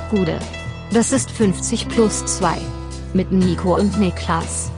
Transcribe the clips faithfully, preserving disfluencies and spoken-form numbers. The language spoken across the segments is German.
Gude. Das ist fünfzig plus zwei. Mit Nico und Niklas.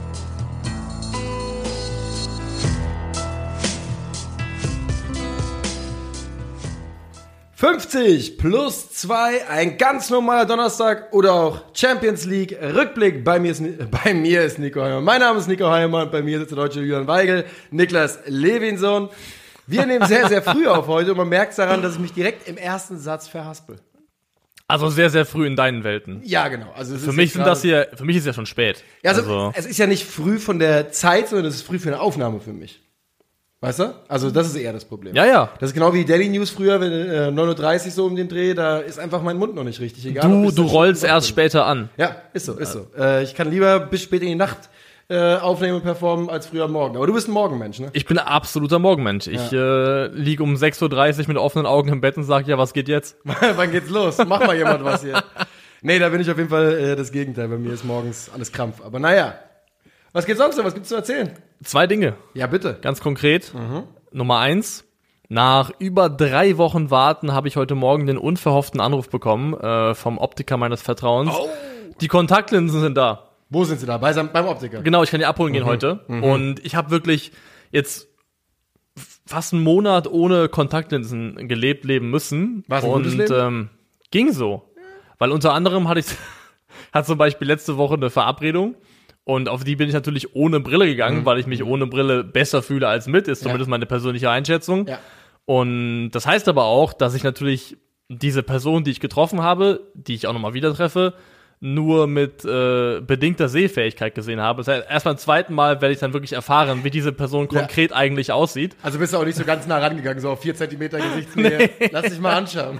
fünfzig plus zwei, ein ganz normaler Donnerstag oder auch Champions League Rückblick. Bei mir ist, bei mir ist Nico Heimann. Mein Name ist Nico Heimann, bei mir sitzt der deutsche Julian Weigel, Niklas Levinson. Wir nehmen sehr, sehr früh auf heute und man merkt daran, dass ich mich direkt im ersten Satz verhaspel. Also sehr, sehr früh in deinen Welten. Ja, genau. Also es für ist mich sind das hier, für mich ist ja schon spät. Ja, also, also es ist ja nicht früh von der Zeit, sondern es ist früh für eine Aufnahme für mich. Weißt du? Also das ist eher das Problem. Ja, ja. Das ist genau wie Daily News früher, wenn äh, neun Uhr dreißig so um den Dreh, da ist einfach mein Mund noch nicht richtig. Egal, du du rollst erst bin. später an. Ja, ist so, ist so. Äh, ich kann lieber bis spät in die Nacht äh, aufnehmen und performen als früher am Morgen. Aber du bist ein Morgenmensch, ne? Ich bin ein absoluter Morgenmensch. Ja. Ich äh, liege um sechs Uhr dreißig mit offenen Augen im Bett und sage, ja, was geht jetzt? Wann geht's los? Mach mal jemand was hier. Nee, da bin ich auf jeden Fall äh, das Gegenteil. Bei mir ist morgens alles Krampf. Aber naja. Was geht sonst noch? Was gibt's zu erzählen? Zwei Dinge. Ja, bitte. Ganz konkret. Mhm. Nummer eins. Nach über drei Wochen Warten habe ich heute Morgen den unverhofften Anruf bekommen äh, vom Optiker meines Vertrauens. Oh. Die Kontaktlinsen sind da. Wo sind sie da? Bei, beim Optiker? Genau, ich kann die abholen mhm. gehen heute. Mhm. Und ich habe wirklich jetzt fast einen Monat ohne Kontaktlinsen gelebt, leben müssen. War's ein Und gutes Leben? Ähm, ging so. Weil unter anderem hatte ich hat zum Beispiel letzte Woche eine Verabredung. Und auf die bin ich natürlich ohne Brille gegangen, mhm. weil ich mich ohne Brille besser fühle als mit, ist zumindest ja. meine persönliche Einschätzung. Ja. Und das heißt aber auch, dass ich natürlich diese Person, die ich getroffen habe, die ich auch nochmal wieder treffe, nur mit äh, bedingter Sehfähigkeit gesehen habe. Das heißt, erst beim zweiten Mal werde ich dann wirklich erfahren, wie diese Person konkret ja. eigentlich aussieht. Also bist du auch nicht so ganz nah rangegangen, so auf vier Zentimeter Gesichtsnähe. Nee. Lass dich mal anschauen.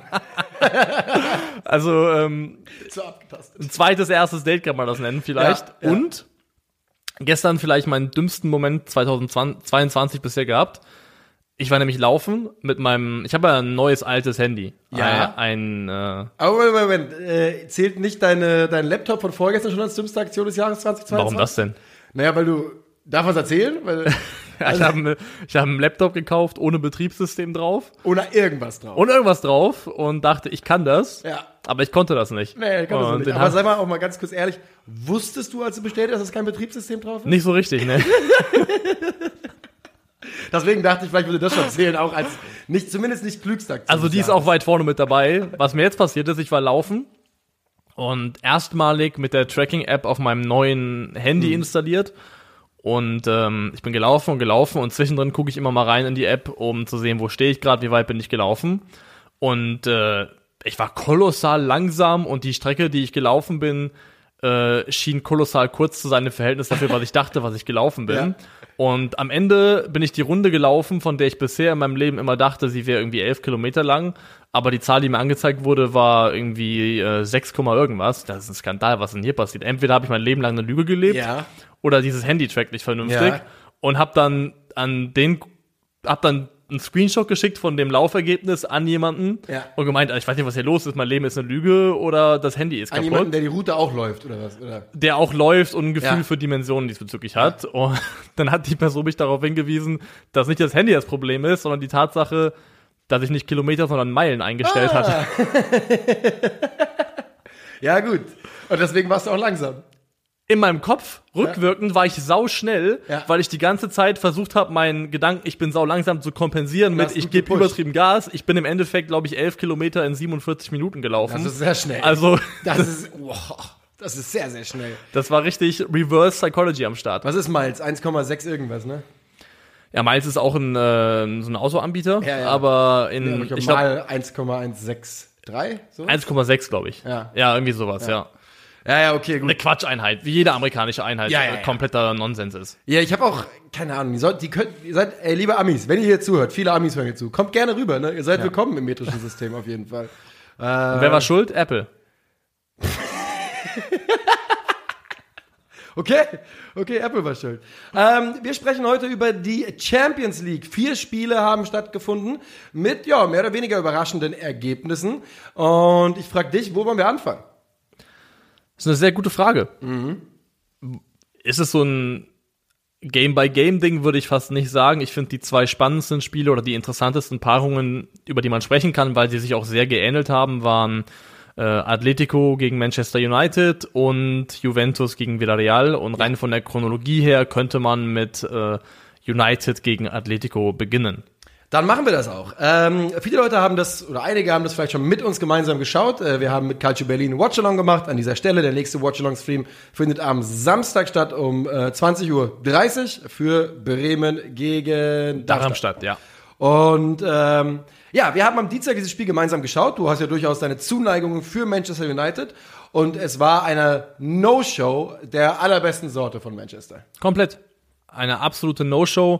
Also ähm, so ein zweites, erstes Date kann man das nennen vielleicht. Ja, ja. Und gestern vielleicht meinen dümmsten Moment zweitausendzweiundzwanzig bisher gehabt. Ich war nämlich laufen mit meinem, ich habe ja ein neues altes Handy. Ja. Ein, ein äh Aber Moment, Moment, äh, zählt nicht deine, dein Laptop von vorgestern schon als dümmste Aktion des Jahres zweitausendzweiundzwanzig? Warum das denn? Naja, weil du, darf man es erzählen? Weil, ja, also, ich habe ich hab einen Laptop gekauft, ohne Betriebssystem drauf. Ohne irgendwas drauf. Ohne irgendwas drauf und dachte, ich kann das. Ja. Aber ich konnte das nicht. Nee, ich konnte das nicht. Aber sei mal auch mal ganz kurz ehrlich, wusstest du, als du bestellt hast, dass es kein Betriebssystem drauf ist? Nicht so richtig, ne? Deswegen dachte ich, vielleicht würde das schon zählen, auch als nicht, zumindest nicht klügster Aktion. Also die ist auch weit vorne mit dabei. Was mir jetzt passiert ist, ich war laufen und erstmalig mit der Tracking-App auf meinem neuen Handy hm. installiert. Und ähm, ich bin gelaufen und gelaufen und zwischendrin gucke ich immer mal rein in die App, um zu sehen, wo stehe ich gerade, wie weit bin ich gelaufen. Und äh, ich war kolossal langsam und die Strecke, die ich gelaufen bin, äh, schien kolossal kurz zu sein im Verhältnis dafür, was ich dachte, was ich gelaufen bin. Ja. Und am Ende bin ich die Runde gelaufen, von der ich bisher in meinem Leben immer dachte, sie wäre irgendwie elf Kilometer lang. Aber die Zahl, die mir angezeigt wurde, war irgendwie äh, sechs, irgendwas. Das ist ein Skandal, was denn hier passiert. Entweder habe ich mein Leben lang eine Lüge gelebt ja. oder dieses Handy trackt nicht vernünftig. Ja. Und habe dann an den, hab dann einen Screenshot geschickt von dem Laufergebnis an jemanden ja. und gemeint, ich weiß nicht, was hier los ist, mein Leben ist eine Lüge oder das Handy ist an kaputt. An jemanden, der die Route auch läuft, oder was? Oder? Der auch läuft und ein Gefühl ja. für Dimensionen diesbezüglich hat. Und dann hat die Person mich darauf hingewiesen, dass nicht das Handy das Problem ist, sondern die Tatsache, dass ich nicht Kilometer, sondern Meilen eingestellt ah. hatte. Ja, gut. Und deswegen warst du auch langsam. In meinem Kopf, rückwirkend, ja. war ich sauschnell, ja. weil ich die ganze Zeit versucht habe, meinen Gedanken, ich bin sau langsam zu kompensieren mit, ich gebe übertrieben Gas. Ich bin im Endeffekt, glaube ich, elf Kilometer in siebenundvierzig Minuten gelaufen. Das ist sehr schnell. Also, das ist, wow, das ist sehr, sehr schnell. Das war richtig Reverse Psychology am Start. Was ist Miles? eins Komma sechs irgendwas, ne? Ja, Miles ist auch ein, äh, so ein Autoanbieter, ja, ja. aber in, ja, aber ich, ich glaube, eins Komma eins sechs drei, so? eins Komma sechs, glaube ich. Ja. Ja, irgendwie sowas, ja. ja. Ja, ja, okay, gut. Eine Quatscheinheit, wie jede amerikanische Einheit ja, ja, ja. kompletter Nonsens ist. Ja, ich habe auch, keine Ahnung, die, sollt, die könnt, ihr seid, ey, liebe Amis, wenn ihr hier zuhört, viele Amis hören hier zu, kommt gerne rüber, ne? Ihr seid ja. willkommen im metrischen System auf jeden Fall. Äh, Und wer war schuld? Apple. Okay, okay, Apple war schuld. Ähm, wir sprechen heute über die Champions League. Vier Spiele haben stattgefunden mit, ja, mehr oder weniger überraschenden Ergebnissen. Und ich frage dich, wo wollen wir anfangen? Das ist eine sehr gute Frage. Mhm. Ist es so ein Game-by-Game-Ding, würde ich fast nicht sagen. Ich finde die zwei spannendsten Spiele oder die interessantesten Paarungen, über die man sprechen kann, weil sie sich auch sehr geähnelt haben, waren äh, Atletico gegen Manchester United und Juventus gegen Villarreal. Und rein von der Chronologie her könnte man mit äh, United gegen Atletico beginnen. Dann machen wir das auch. Ähm, viele Leute haben das, oder einige haben das vielleicht schon mit uns gemeinsam geschaut. Äh, wir haben mit Calcio Berlin einen Watchalong gemacht. An dieser Stelle, der nächste Watchalong-Stream findet am Samstag statt um äh, zwanzig Uhr dreißig für Bremen gegen Darmstadt. Darmstadt, ja. Und ähm, ja, wir haben am Dienstag dieses Spiel gemeinsam geschaut. Du hast ja durchaus deine Zuneigungen für Manchester United. Und es war eine No-Show der allerbesten Sorte von Manchester. Komplett. Eine absolute No-Show.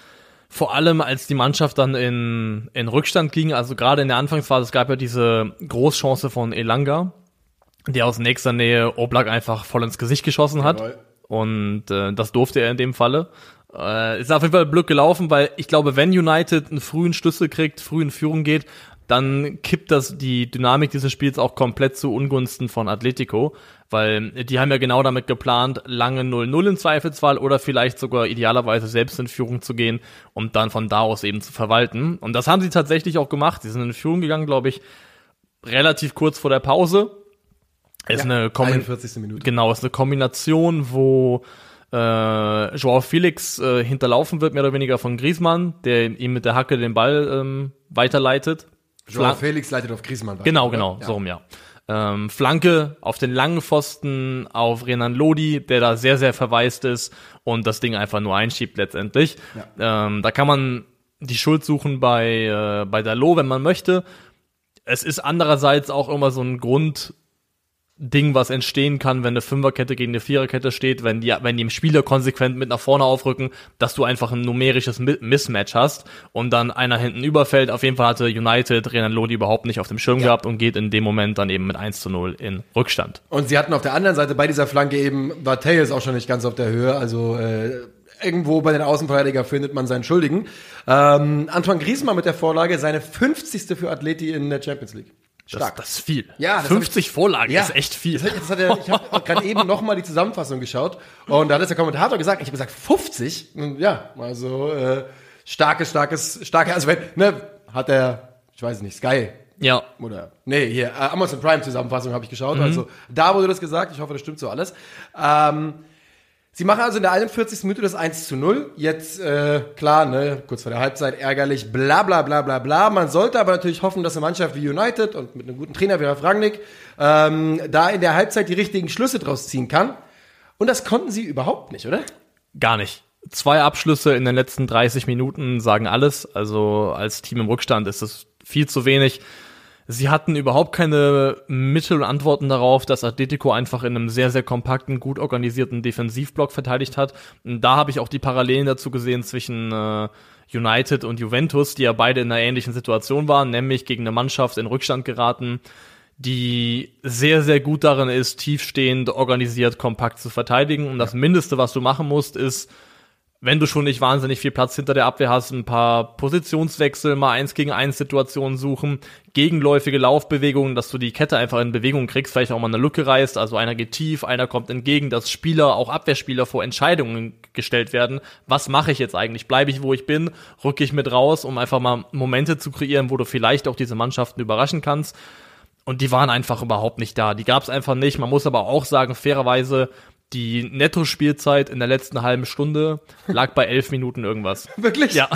Vor allem, als die Mannschaft dann in, in Rückstand ging, also gerade in der Anfangsphase, es gab ja diese Großchance von Elanga, der aus nächster Nähe Oblak einfach voll ins Gesicht geschossen hat. Jawohl. Und äh, das durfte er in dem Falle. Äh, ist auf jeden Fall blöd gelaufen, weil ich glaube, wenn United einen frühen Schlüssel kriegt, früh in Führung geht, dann kippt das die Dynamik dieses Spiels auch komplett zu Ungunsten von Atletico, weil die haben ja genau damit geplant, lange null null im Zweifelsfall oder vielleicht sogar idealerweise selbst in Führung zu gehen und dann von da aus eben zu verwalten. Und das haben sie tatsächlich auch gemacht. Sie sind in Führung gegangen, glaube ich, relativ kurz vor der Pause. Ist Ja, eine Kombi- einundvierzigste Minute. Genau, ist eine Kombination, wo äh, Joao Felix äh, hinterlaufen wird, mehr oder weniger von Griezmann, der ihm mit der Hacke den Ball ähm, weiterleitet. Joao Flan- Felix leitet auf Griezmann weiter. Genau, oder? genau, Ja. so rum, ja. Ähm, Flanke auf den langen Pfosten auf Renan Lodi, der da sehr, sehr verwaist ist und das Ding einfach nur einschiebt letztendlich. Ja. Ähm, da kann man die Schuld suchen bei, äh, bei Dalot, wenn man möchte. Es ist andererseits auch immer so ein Grund, Ding, was entstehen kann, wenn eine Fünferkette gegen eine Viererkette steht, wenn die, wenn die im Spieler konsequent mit nach vorne aufrücken, dass du einfach ein numerisches Mismatch hast und dann einer hinten überfällt. Auf jeden Fall hatte United Renan Lodi überhaupt nicht auf dem Schirm Ja. gehabt und geht in dem Moment dann eben mit eins zu null in Rückstand. Und sie hatten auf der anderen Seite bei dieser Flanke eben, war Tejes auch schon nicht ganz auf der Höhe, also äh, irgendwo bei den Außenverteidiger findet man seinen Schuldigen. Ähm, Antoine Griezmann mit der Vorlage, seine fünfzigste für Atleti in der Champions League. Stark. Das, das ist viel. Ja, das fünfzig hab ich- Vorlagen Ja, ist echt viel. Das hat, das hat er, ich habe gerade eben noch mal die Zusammenfassung geschaut und da hat es der Kommentator gesagt, ich habe gesagt fünfzig. Und ja, also äh, starkes, starkes, starke, also wenn, ne, hat er, ich weiß nicht, Sky Ja. oder nee, hier äh, Amazon Prime Zusammenfassung habe ich geschaut, also da wurde das gesagt, ich hoffe, das stimmt so alles. Ähm, Sie machen also in der einundvierzigsten Minute das eins zu null. Jetzt, äh, klar, ne, kurz vor der Halbzeit ärgerlich, bla bla bla bla bla. Man sollte aber natürlich hoffen, dass eine Mannschaft wie United und mit einem guten Trainer wie Ralf Rangnick ähm, da in der Halbzeit die richtigen Schlüsse draus ziehen kann. Und das konnten sie überhaupt nicht, oder? Gar nicht. Zwei Abschlüsse in den letzten dreißig Minuten sagen alles. Also als Team im Rückstand ist es viel zu wenig. Sie hatten überhaupt keine Mittel und Antworten darauf, dass Atletico einfach in einem sehr, sehr kompakten, gut organisierten Defensivblock verteidigt hat. Und da habe ich auch die Parallelen dazu gesehen zwischen äh, United und Juventus, die ja beide in einer ähnlichen Situation waren, nämlich gegen eine Mannschaft in Rückstand geraten, die sehr, sehr gut darin ist, tiefstehend, organisiert, kompakt zu verteidigen. Und das Mindeste, was du machen musst, ist, wenn du schon nicht wahnsinnig viel Platz hinter der Abwehr hast, ein paar Positionswechsel, mal eins gegen eins Situationen suchen, gegenläufige Laufbewegungen, dass du die Kette einfach in Bewegung kriegst, vielleicht auch mal eine Lücke reißt, also einer geht tief, einer kommt entgegen, dass Spieler, auch Abwehrspieler vor Entscheidungen gestellt werden. Was mache ich jetzt eigentlich? Bleibe ich, wo ich bin? Rücke ich mit raus, um einfach mal Momente zu kreieren, wo du vielleicht auch diese Mannschaften überraschen kannst? Und die waren einfach überhaupt nicht da. Die gab es einfach nicht. Man muss aber auch sagen, fairerweise, die Netto-Spielzeit in der letzten halben Stunde lag bei elf Minuten irgendwas. Wirklich? Ja.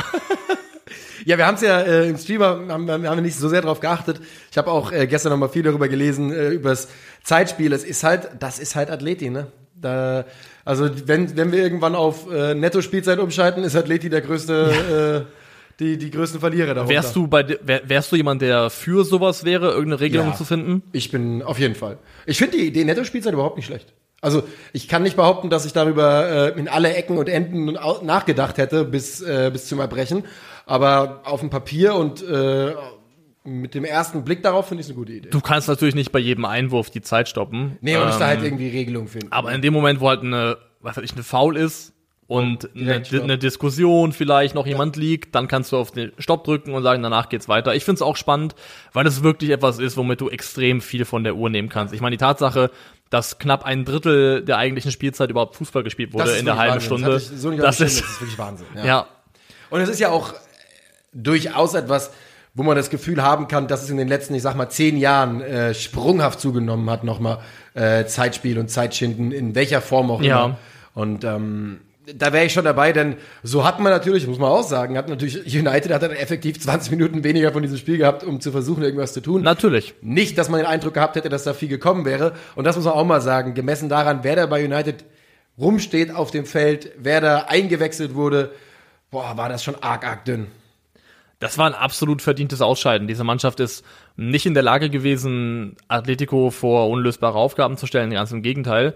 Ja, wir haben es ja äh, im Streamer, haben, haben wir nicht so sehr drauf geachtet. Ich habe auch äh, gestern noch mal viel darüber gelesen, äh, über das Zeitspiel. Es ist halt, das ist halt Atleti, ne? Da, also wenn, wenn wir irgendwann auf äh, Netto-Spielzeit umschalten, ist Atleti der größte, äh, die, die größten Verlierer darunter. Wärst du bei de- wär, wärst du jemand, der für sowas wäre, irgendeine Regelung Ja. zu finden? Ich bin auf jeden Fall. Ich finde die Idee Netto-Spielzeit überhaupt nicht schlecht. Also ich kann nicht behaupten, dass ich darüber äh, in alle Ecken und Enden au- nachgedacht hätte bis äh, bis zum Erbrechen. Aber auf dem Papier und äh, mit dem ersten Blick darauf finde ich es eine gute Idee. Du kannst natürlich nicht bei jedem Einwurf die Zeit stoppen. Nee, und ich da halt Ähm, irgendwie Regelungen finden. aber in dem Moment, wo halt eine, was weiß ich, eine Foul ist und eine, direkt Stopp. eine Diskussion vielleicht noch jemand liegt, dann kannst du auf den Stopp drücken und sagen, danach geht's weiter. Ich find's auch spannend, weil es wirklich etwas ist, womit du extrem viel von der Uhr nehmen kannst. Ich meine, die Tatsache, dass knapp ein Drittel der eigentlichen Spielzeit überhaupt Fußball gespielt wurde in der wirklich halben Wahnsinn. Stunde, Das, hatte ich so nicht das auf dem ist, Schirm. Das ist wirklich Wahnsinn. Ja. ja, Und es ist ja auch durchaus etwas, wo man das Gefühl haben kann, dass es in den letzten, ich sag mal, zehn Jahren äh, sprunghaft zugenommen hat, nochmal äh, Zeitspiel und Zeitschinden, in welcher Form auch immer. Ja. Und ähm, da wäre ich schon dabei, denn so hat man natürlich, muss man auch sagen, hat natürlich United hat dann effektiv zwanzig Minuten weniger von diesem Spiel gehabt, um zu versuchen, irgendwas zu tun. Natürlich. Nicht, dass man den Eindruck gehabt hätte, dass da viel gekommen wäre. Und das muss man auch mal sagen, gemessen daran, wer da bei United rumsteht auf dem Feld, wer da eingewechselt wurde, boah, war das schon arg, arg dünn. Das war ein absolut verdientes Ausscheiden. Diese Mannschaft ist nicht in der Lage gewesen, Atletico vor unlösbare Aufgaben zu stellen, ganz im Gegenteil.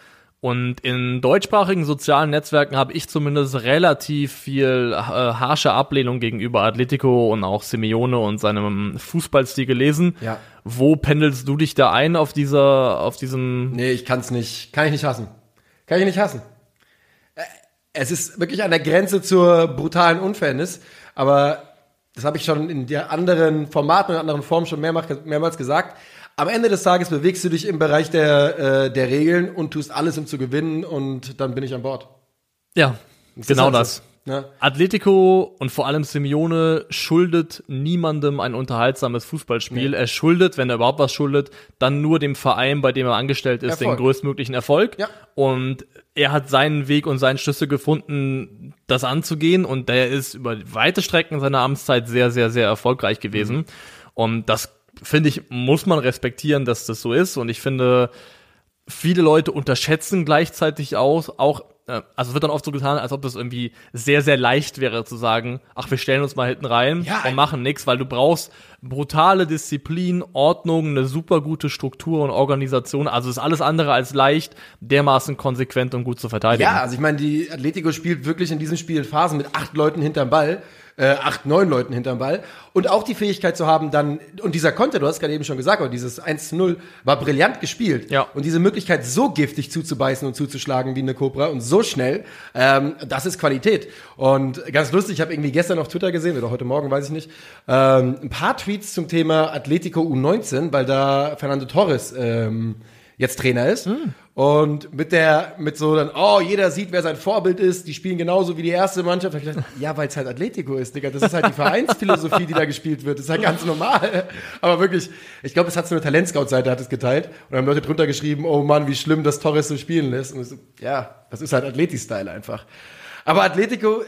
Und in deutschsprachigen sozialen Netzwerken habe ich zumindest relativ viel äh, harsche Ablehnung gegenüber Atletico und auch Simeone und seinem Fußballstil gelesen. Ja. Wo pendelst du dich da ein auf dieser, auf diesem? Nee, ich kann's nicht, kann ich nicht hassen. Kann ich nicht hassen. Äh, Es ist wirklich an der Grenze zur brutalen Unfairness, aber das habe ich schon in der anderen Formaten und anderen Formen schon mehrmals, mehrmals gesagt. Am Ende des Tages bewegst du dich im Bereich der, äh, der Regeln und tust alles, um zu gewinnen, und dann bin ich an Bord. Ja, Das genau ist halt das. so, ne? Atletico und vor allem Simeone schuldet niemandem ein unterhaltsames Fußballspiel. Nee. Er schuldet, wenn er überhaupt was schuldet, dann nur dem Verein, bei dem er angestellt ist, Erfolg. den größtmöglichen Erfolg. Ja. Und er hat seinen Weg und seinen Schlüssel gefunden, das anzugehen. Und der ist über weite Strecken seiner Amtszeit sehr, sehr, sehr erfolgreich gewesen. Mhm. Und das, finde ich, muss man respektieren, dass das so ist. Und ich finde, viele Leute unterschätzen gleichzeitig auch, auch also es wird dann oft so getan, als ob das irgendwie sehr, sehr leicht wäre zu sagen, ach, wir stellen uns mal hinten rein Ja, und machen nichts, weil du brauchst brutale Disziplin, Ordnung, eine super gute Struktur und Organisation. Also ist alles andere als leicht, dermaßen konsequent und gut zu verteidigen. Ja, also ich meine, die Atletico spielt wirklich in diesem Spiel in Phasen mit acht Leuten hinterm Ball, äh, acht, neun Leuten hinterm Ball, und auch die Fähigkeit zu haben dann, und dieser Konter, du hast gerade eben schon gesagt, aber dieses eins zu null war brillant gespielt. Ja. Und diese Möglichkeit, so giftig zuzubeißen und zuzuschlagen wie eine Cobra und so schnell, ähm, das ist Qualität. Und ganz lustig, ich habe irgendwie gestern auf Twitter gesehen, oder heute Morgen, weiß ich nicht, ähm, ein paar Tweets zum Thema Atletico U neunzehn, weil da Fernando Torres ähm, jetzt Trainer ist. Mm. Und mit der, mit so dann, oh, jeder sieht, wer sein Vorbild ist, die spielen genauso wie die erste Mannschaft. Da hab ich gedacht, ja, weil es halt Atletico ist, Digga. Das ist halt die Vereinsphilosophie, die da gespielt wird. Das ist halt ganz normal. Aber wirklich, ich glaube, es hat so eine Talentscout-Seite, hat es geteilt. Und dann haben Leute drunter geschrieben, oh Mann, wie schlimm, dass Torres so spielen lässt. Und ich so, ja, das ist halt Atleti-Style einfach. Aber Atletico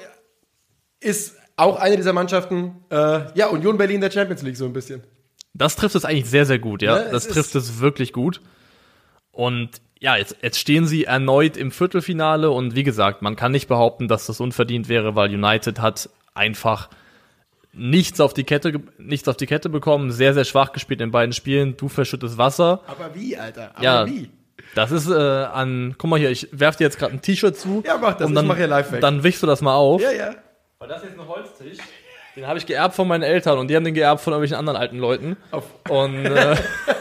ist auch eine dieser Mannschaften, äh, ja, Union Berlin der Champions League so ein bisschen. Das trifft es eigentlich sehr, sehr gut, ja. Ne, das es trifft es wirklich gut. Und ja, jetzt, jetzt stehen sie erneut im Viertelfinale und wie gesagt, man kann nicht behaupten, dass das unverdient wäre, weil United hat einfach nichts auf die Kette, nichts auf die Kette bekommen, sehr, sehr schwach gespielt in beiden Spielen. Du verschüttest Wasser. Aber wie, Alter? Aber ja, wie? Das ist äh, an, guck mal hier, ich werf dir jetzt gerade ein T-Shirt zu. Ja, mach das, und dann, ich mach hier live weg. Dann wichst du das mal auf. Ja, ja. Weil das ist jetzt ein Holztisch. Den habe ich geerbt von meinen Eltern und die haben den geerbt von irgendwelchen anderen alten Leuten. Auf. Und äh,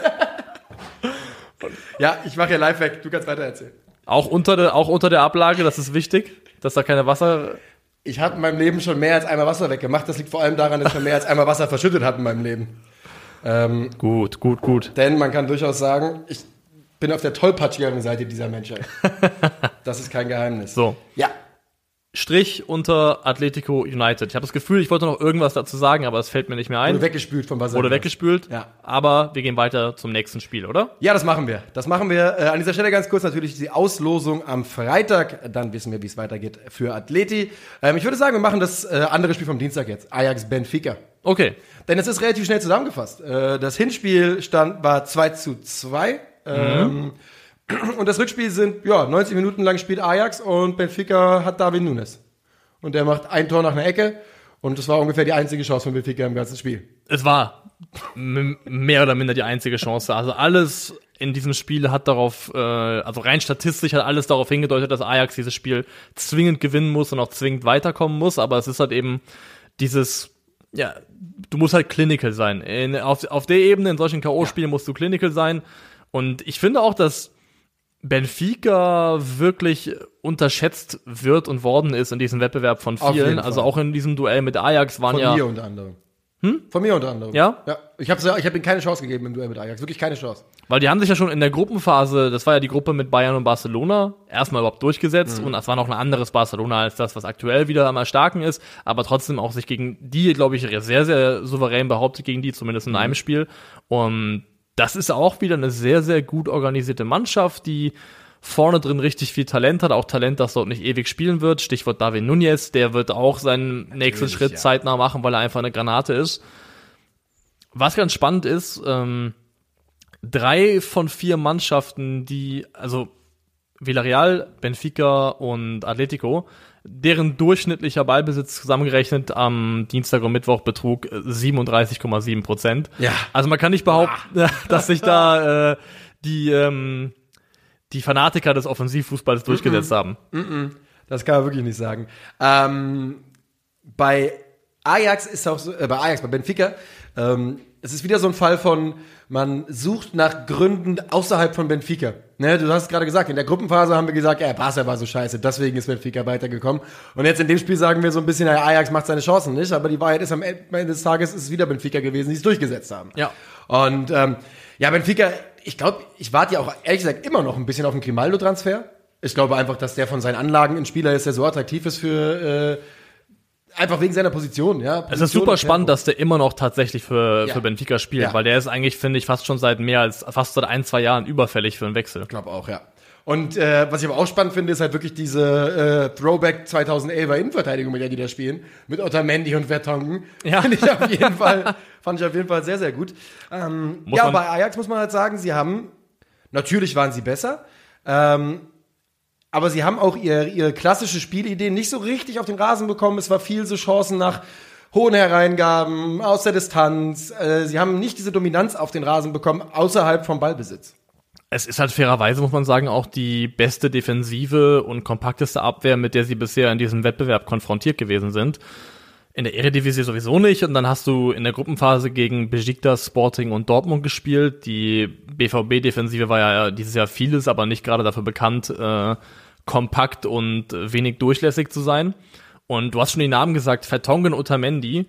Ja, ich mache hier live weg. Du kannst weiter erzählen. auch unter der, auch unter der Ablage, das ist wichtig, dass da keine Wasser. Ich habe in meinem Leben schon mehr als einmal Wasser weggemacht. Das liegt vor allem daran, dass ich schon mehr als einmal Wasser verschüttet habe in meinem Leben. Ähm, Gut, gut, gut. denn man kann durchaus sagen, ich bin auf der tollpatschigeren Seite dieser Menschheit. Das ist kein Geheimnis. So. Ja. Strich unter Atletico United. Ich habe das Gefühl, ich wollte noch irgendwas dazu sagen, aber es fällt mir nicht mehr ein. Wurde weggespült vom Wasser. Wurde weggespült. Ja. Aber wir gehen weiter zum nächsten Spiel, oder? Ja, das machen wir. Das machen wir. Äh, an dieser Stelle ganz kurz natürlich die Auslosung am Freitag. Dann wissen wir, wie es weitergeht für Atleti. Ähm, ich würde sagen, wir machen das äh, andere Spiel vom Dienstag jetzt. Ajax Benfica. Okay. Denn es ist relativ schnell zusammengefasst. Äh, das Hinspiel stand, war zwei zu zwei. Ähm, mhm. Und das Rückspiel sind, ja, neunzig Minuten lang spielt Ajax und Benfica hat Darwin Núñez. Und der macht ein Tor nach einer Ecke. Und das war ungefähr die einzige Chance von Benfica im ganzen Spiel. Es war m- mehr oder minder die einzige Chance. Also alles in diesem Spiel hat darauf, äh, also rein statistisch hat alles darauf hingedeutet, dass Ajax dieses Spiel zwingend gewinnen muss und auch zwingend weiterkommen muss. Aber es ist halt eben dieses, ja, du musst halt clinical sein. In, auf, auf der Ebene, in solchen K O-Spielen musst du clinical sein. Und ich finde auch, dass Benfica wirklich unterschätzt wird und worden ist in diesem Wettbewerb von Auf jeden vielen. Fall. Also auch in diesem Duell mit Ajax waren Von ja mir unter anderem. Hm? Von mir unter anderem. Ja? Ja. Ich habe ich hab ihnen keine Chance gegeben im Duell mit Ajax. Wirklich keine Chance. Weil die haben sich ja schon in der Gruppenphase, das war ja die Gruppe mit Bayern und Barcelona, erstmal überhaupt durchgesetzt. Mhm. Und das war noch ein anderes Barcelona als das, was aktuell wieder am Erstarken ist. Aber trotzdem auch sich gegen die, glaube ich, sehr, sehr souverän behauptet gegen die, zumindest in mhm. einem Spiel. Und das ist auch wieder eine sehr, sehr gut organisierte Mannschaft, die vorne drin richtig viel Talent hat, auch Talent, das dort nicht ewig spielen wird. Stichwort David Núñez, der wird auch seinen Natürlich, nächsten Schritt ja. zeitnah machen, weil er einfach eine Granate ist. Was ganz spannend ist, ähm, drei von vier Mannschaften, die, also Villarreal, Benfica und Atletico, deren durchschnittlicher Ballbesitz zusammengerechnet am Dienstag und Mittwoch betrug siebenunddreißig Komma sieben Prozent. Ja. Also man kann nicht behaupten, ah. dass sich da äh, die ähm, die Fanatiker des Offensivfußballs durchgesetzt mm-mm. haben. Mm-mm. Das kann man wirklich nicht sagen. Ähm, bei Ajax ist auch so, äh, bei Ajax, bei Benfica, ähm, es ist wieder so ein Fall von, man sucht nach Gründen außerhalb von Benfica. Ne, du hast es gerade gesagt, in der Gruppenphase haben wir gesagt, ja, Barca war so scheiße, deswegen ist Benfica weitergekommen. Und jetzt in dem Spiel sagen wir so ein bisschen, ja, Ajax macht seine Chancen nicht, aber die Wahrheit ist, am Ende des Tages ist es wieder Benfica gewesen, die es durchgesetzt haben. Ja. Und ähm, ja, Benfica, ich glaube, ich warte ja auch ehrlich gesagt immer noch ein bisschen auf den Grimaldo-Transfer. Ich glaube einfach, dass der von seinen Anlagen ein Spieler ist, der so attraktiv ist für äh, einfach wegen seiner Position. Ja, Position es ist super spannend, dass der immer noch tatsächlich für ja. für Benfica spielt, ja. weil der ist eigentlich, finde ich, fast schon seit mehr als fast seit ein, zwei Jahren überfällig für einen Wechsel. Ich glaube auch, ja. Und äh, was ich aber auch spannend finde, ist halt wirklich diese äh, Throwback zweitausendelfer Innenverteidigung, mit der die da spielen, mit Otamendi und Vertonghen. Ja. Finde ich auf jeden Fall, fand ich auf jeden Fall sehr, sehr gut. Ähm, ja, bei Ajax muss man halt sagen, sie haben, natürlich waren sie besser, ähm, aber sie haben auch ihre, ihre klassische Spielidee nicht so richtig auf den Rasen bekommen. Es war viel so Chancen nach hohen Hereingaben, aus der Distanz. Äh, sie haben nicht diese Dominanz auf den Rasen bekommen, außerhalb vom Ballbesitz. Es ist halt fairerweise, muss man sagen, auch die beste Defensive und kompakteste Abwehr, mit der sie bisher in diesem Wettbewerb konfrontiert gewesen sind. In der Eredivisie sowieso nicht. Und dann hast du in der Gruppenphase gegen Besiktas, Sporting und Dortmund gespielt. Die B V B-Defensive war ja dieses Jahr vieles, aber nicht gerade dafür bekannt, äh, kompakt und wenig durchlässig zu sein. Und du hast schon die Namen gesagt, Vertonghen und Otamendi,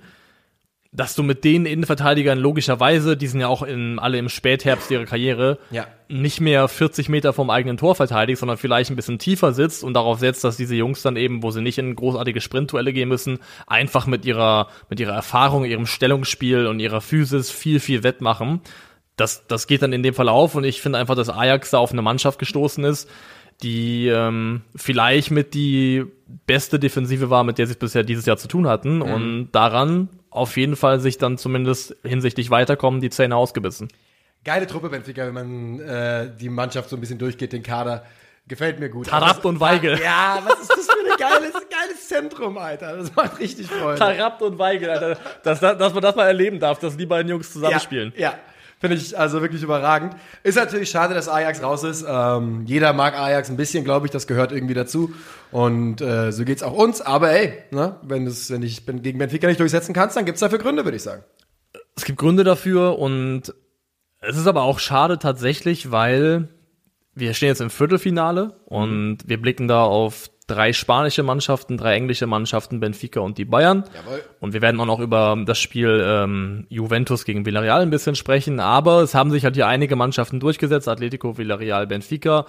dass du mit den Innenverteidigern logischerweise, die sind ja auch in, alle im Spätherbst ihrer Karriere, ja. nicht mehr vierzig Meter vom eigenen Tor verteidigt, sondern vielleicht ein bisschen tiefer sitzt und darauf setzt, dass diese Jungs dann eben, wo sie nicht in großartige Sprintduelle gehen müssen, einfach mit ihrer mit ihrer Erfahrung, ihrem Stellungsspiel und ihrer Physis viel, viel wettmachen. Das, das geht dann in dem Fall auf und ich finde einfach, dass Ajax da auf eine Mannschaft gestoßen ist, die ähm, vielleicht mit die beste Defensive war, mit der sie bisher dieses Jahr zu tun hatten mhm. und daran auf jeden Fall sich dann zumindest hinsichtlich Weiterkommen die Zähne ausgebissen. Geile Truppe, Benfica, wenn man äh, die Mannschaft so ein bisschen durchgeht, den Kader. Gefällt mir gut. Taarabt und Weigel. Ja, was ist das für ein geiles, geiles Zentrum, Alter. Das macht richtig Freude. Taarabt und Weigel, Alter. Dass, dass man das mal erleben darf, dass die beiden Jungs zusammenspielen. Ja, ja. Finde ich also wirklich überragend. Ist natürlich schade, dass Ajax raus ist. Ähm, jeder mag Ajax ein bisschen, glaube ich. Das gehört irgendwie dazu. Und äh, so geht's auch uns. Aber ey, ne, wenn du es wenn ich gegen Benfica nicht durchsetzen kannst, dann gibt's dafür Gründe, würde ich sagen. Es gibt Gründe dafür und es ist aber auch schade tatsächlich, weil wir stehen jetzt im Viertelfinale und mhm. wir blicken da auf drei spanische Mannschaften, drei englische Mannschaften, Benfica und die Bayern. Jawohl. Und wir werden auch noch über das Spiel ähm, Juventus gegen Villarreal ein bisschen sprechen. Aber es haben sich halt hier einige Mannschaften durchgesetzt, Atletico, Villarreal, Benfica,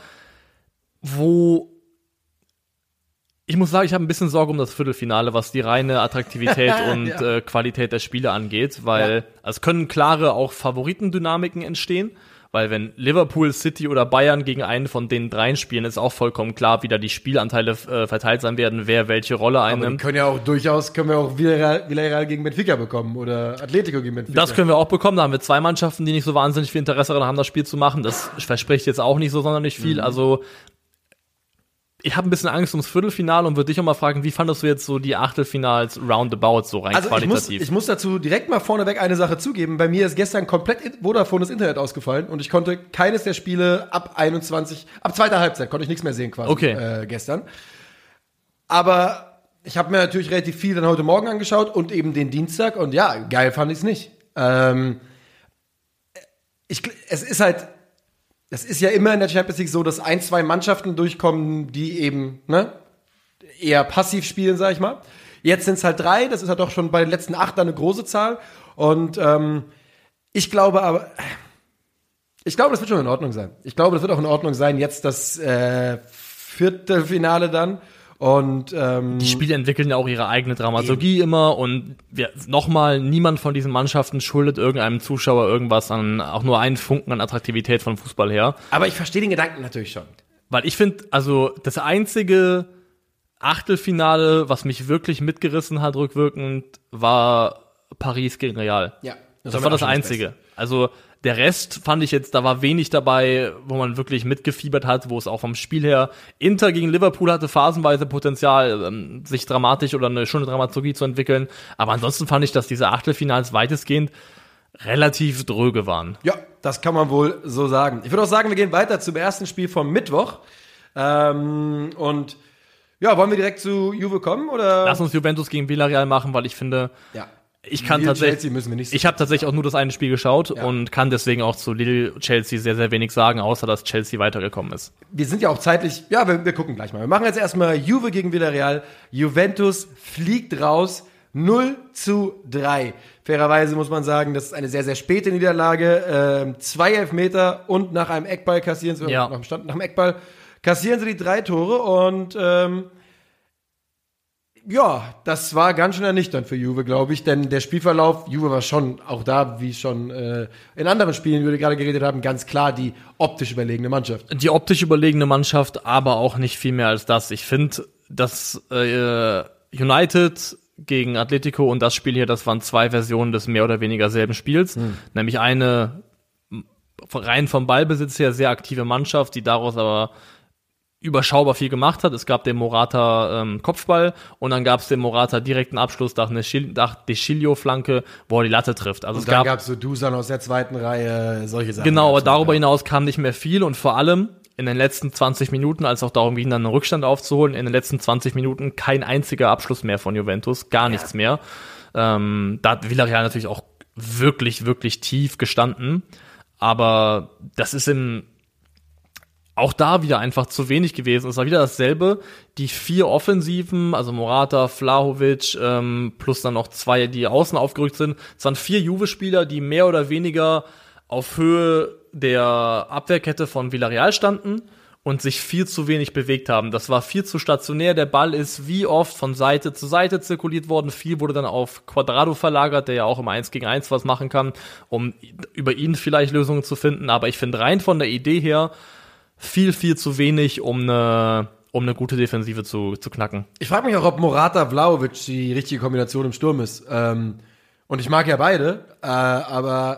wo ich muss sagen, ich habe ein bisschen Sorge um das Viertelfinale, was die reine Attraktivität und ja. äh, Qualität der Spiele angeht, weil ja. es können klare auch Favoritendynamiken entstehen. Weil wenn Liverpool, City oder Bayern gegen einen von den dreien spielen, ist auch vollkommen klar, wie da die Spielanteile äh, verteilt sein werden, wer welche Rolle einnimmt. Aber die können ja auch durchaus, können wir auch Villarreal, Villarreal gegen Benfica bekommen oder Atletico gegen Benfica. Das können wir auch bekommen. Da haben wir zwei Mannschaften, die nicht so wahnsinnig viel Interesse daran haben, das Spiel zu machen. Das verspricht jetzt auch nicht so sonderlich viel. Mhm. Also ich habe ein bisschen Angst ums Viertelfinale und würde dich auch mal fragen, wie fandest du jetzt so die Achtelfinals roundabout so rein also qualitativ? Ich muss, ich muss dazu direkt mal vorneweg eine Sache zugeben. Bei mir ist gestern komplett Vodafone das Internet ausgefallen und ich konnte keines der Spiele ab einundzwanzig, ab zweiter Halbzeit konnte ich nichts mehr sehen quasi okay. äh, gestern. Aber ich habe mir natürlich relativ viel dann heute Morgen angeschaut und eben den Dienstag und ja, geil fand ich es nicht. Ähm, ich, es ist halt Es ist ja immer in der Champions League so, dass ein, zwei Mannschaften durchkommen, die eben ne, eher passiv spielen, sag ich mal. Jetzt sind es halt drei, das ist halt doch schon bei den letzten acht eine große Zahl. Und ähm, ich glaube aber, ich glaube, das wird schon in Ordnung sein. Ich glaube, das wird auch in Ordnung sein, jetzt das äh, Viertelfinale dann. Und ähm, die Spiele entwickeln ja auch ihre eigene Dramaturgie eben. immer und wir, nochmal, niemand von diesen Mannschaften schuldet irgendeinem Zuschauer irgendwas an, auch nur einen Funken an Attraktivität von Fußball her. Aber ich verstehe den Gedanken natürlich schon. Weil ich finde, also das einzige Achtelfinale, was mich wirklich mitgerissen hat rückwirkend, war Paris gegen Real. Ja. Das, das war das Einzige. Das also der Rest fand ich jetzt, da war wenig dabei, wo man wirklich mitgefiebert hat, wo es auch vom Spiel her, Inter gegen Liverpool hatte phasenweise Potenzial, ähm, sich dramatisch oder eine schöne Dramaturgie zu entwickeln. Aber ansonsten fand ich, dass diese Achtelfinals weitestgehend relativ dröge waren. Ja, das kann man wohl so sagen. Ich würde auch sagen, wir gehen weiter zum ersten Spiel vom Mittwoch. Ähm, und ja, wollen wir direkt zu Juve kommen? Oder? Lass uns Juventus gegen Villarreal machen, weil ich finde, ja. Ich kann tatsächlich, Chelsea müssen wir nicht so ich habe tatsächlich auch nur das eine Spiel geschaut ja. und kann deswegen auch zu Lille Chelsea sehr, sehr wenig sagen, außer dass Chelsea weitergekommen ist. Wir sind ja auch zeitlich, ja, wir, wir gucken gleich mal. Wir machen jetzt erstmal Juve gegen Villarreal. Juventus fliegt raus, null zu drei. Fairerweise muss man sagen, das ist eine sehr, sehr späte Niederlage. Ähm, zwei Elfmeter und nach einem Eckball kassieren sie, ja. nach dem Stand, nach dem Eckball kassieren sie die drei Tore und ähm, ja, das war ganz schön ernüchternd für Juve, glaube ich, denn der Spielverlauf, Juve war schon auch da, wie schon äh, in anderen Spielen, wie wir gerade geredet haben, ganz klar die optisch überlegene Mannschaft. Die optisch überlegene Mannschaft, aber auch nicht viel mehr als das. Ich finde, dass äh, United gegen Atletico und das Spiel hier, das waren zwei Versionen des mehr oder weniger selben Spiels, hm. nämlich eine rein vom Ballbesitz her sehr aktive Mannschaft, die daraus aber überschaubar viel gemacht hat. Es gab den Morata ähm, Kopfball und dann gab es den Morata direkten Abschluss nach einer Deschilio-Flanke, wo er die Latte trifft. Also und es dann gab gab's so Dusan aus der zweiten Reihe, solche Sachen. Genau, aber darüber hinaus kam nicht mehr viel und vor allem in den letzten zwanzig Minuten, als auch darum ging, dann einen Rückstand aufzuholen, in den letzten zwanzig Minuten kein einziger Abschluss mehr von Juventus, gar nichts ja. mehr. Ähm, da hat Villarreal natürlich auch wirklich, wirklich tief gestanden, aber das ist im auch da wieder einfach zu wenig gewesen. Es war wieder dasselbe. Die vier Offensiven, also Morata, Vlahovic, ähm, plus dann noch zwei, die außen aufgerückt sind. Es waren vier Juve-Spieler, die mehr oder weniger auf Höhe der Abwehrkette von Villarreal standen und sich viel zu wenig bewegt haben. Das war viel zu stationär. Der Ball ist wie oft von Seite zu Seite zirkuliert worden. Viel wurde dann auf Quadrado verlagert, der ja auch im eins gegen eins was machen kann, um über ihn vielleicht Lösungen zu finden. Aber ich finde rein von der Idee her viel, viel zu wenig, um eine, um eine gute Defensive zu, zu knacken. Ich frage mich auch, ob Morata, Vlahovic die richtige Kombination im Sturm ist. Ähm, und ich mag ja beide, äh, aber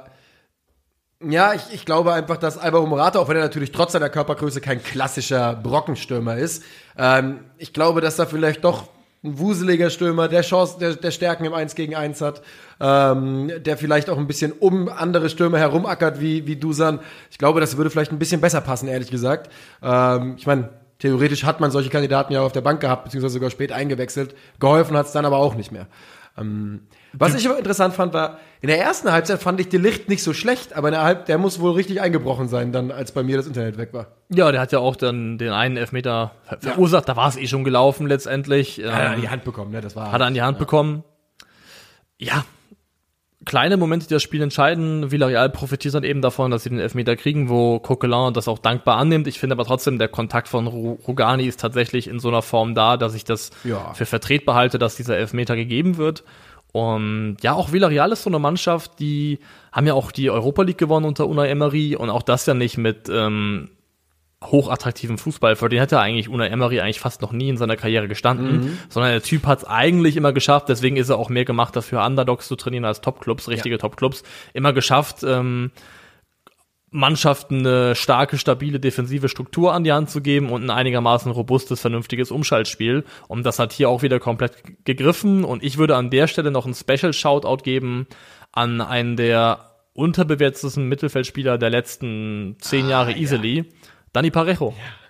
ja, ich, ich glaube einfach, dass Alvaro Morata, auch wenn er natürlich trotz seiner Körpergröße kein klassischer Brockenstürmer ist, ähm, ich glaube, dass er vielleicht doch ein wuseliger Stürmer, der Chance, der, der Stärken im eins gegen eins hat, ähm, der vielleicht auch ein bisschen um andere Stürmer herumackert wie, wie Dusan. Ich glaube, das würde vielleicht ein bisschen besser passen, ehrlich gesagt. Ähm, ich meine, theoretisch hat man solche Kandidaten ja auf der Bank gehabt, beziehungsweise sogar spät eingewechselt. Geholfen hat es dann aber auch nicht mehr. Ähm, was ich aber interessant fand, war, in der ersten Halbzeit fand ich De Ligt nicht so schlecht, aber in der Halb, der muss wohl richtig eingebrochen sein, dann, als bei mir das Internet weg war. Ja, der hat ja auch dann den einen Elfmeter ver- verursacht, ja. Da war es eh schon gelaufen letztendlich. Hat er an die Hand bekommen, ne? Das war. Hat er an die Hand ja. bekommen. Ja, kleine Momente, die das Spiel entscheiden. Villarreal profitiert dann eben davon, dass sie den Elfmeter kriegen, wo Coquelin das auch dankbar annimmt. Ich finde aber trotzdem, der Kontakt von Rugani ist tatsächlich in so einer Form da, dass ich das ja. für vertretbar halte, dass dieser Elfmeter gegeben wird. Und ja, auch Villarreal ist so eine Mannschaft, die haben ja auch die Europa League gewonnen unter Unai Emery und auch das ja nicht mit ähm, hochattraktivem Fußball. Für den hätte eigentlich Unai Emery eigentlich fast noch nie in seiner Karriere gestanden, mhm. sondern der Typ hat es eigentlich immer geschafft, deswegen ist er auch mehr gemacht dafür, Underdogs zu trainieren als Topclubs, richtige ja. Topclubs, immer geschafft, ähm, Mannschaften eine starke, stabile, defensive Struktur an die Hand zu geben und ein einigermaßen robustes, vernünftiges Umschaltspiel. Und das hat hier auch wieder komplett gegriffen. Und ich würde an der Stelle noch ein Special-Shoutout geben an einen der unterbewertesten Mittelfeldspieler der letzten zehn ah, Jahre easily, ja. Dani Parejo.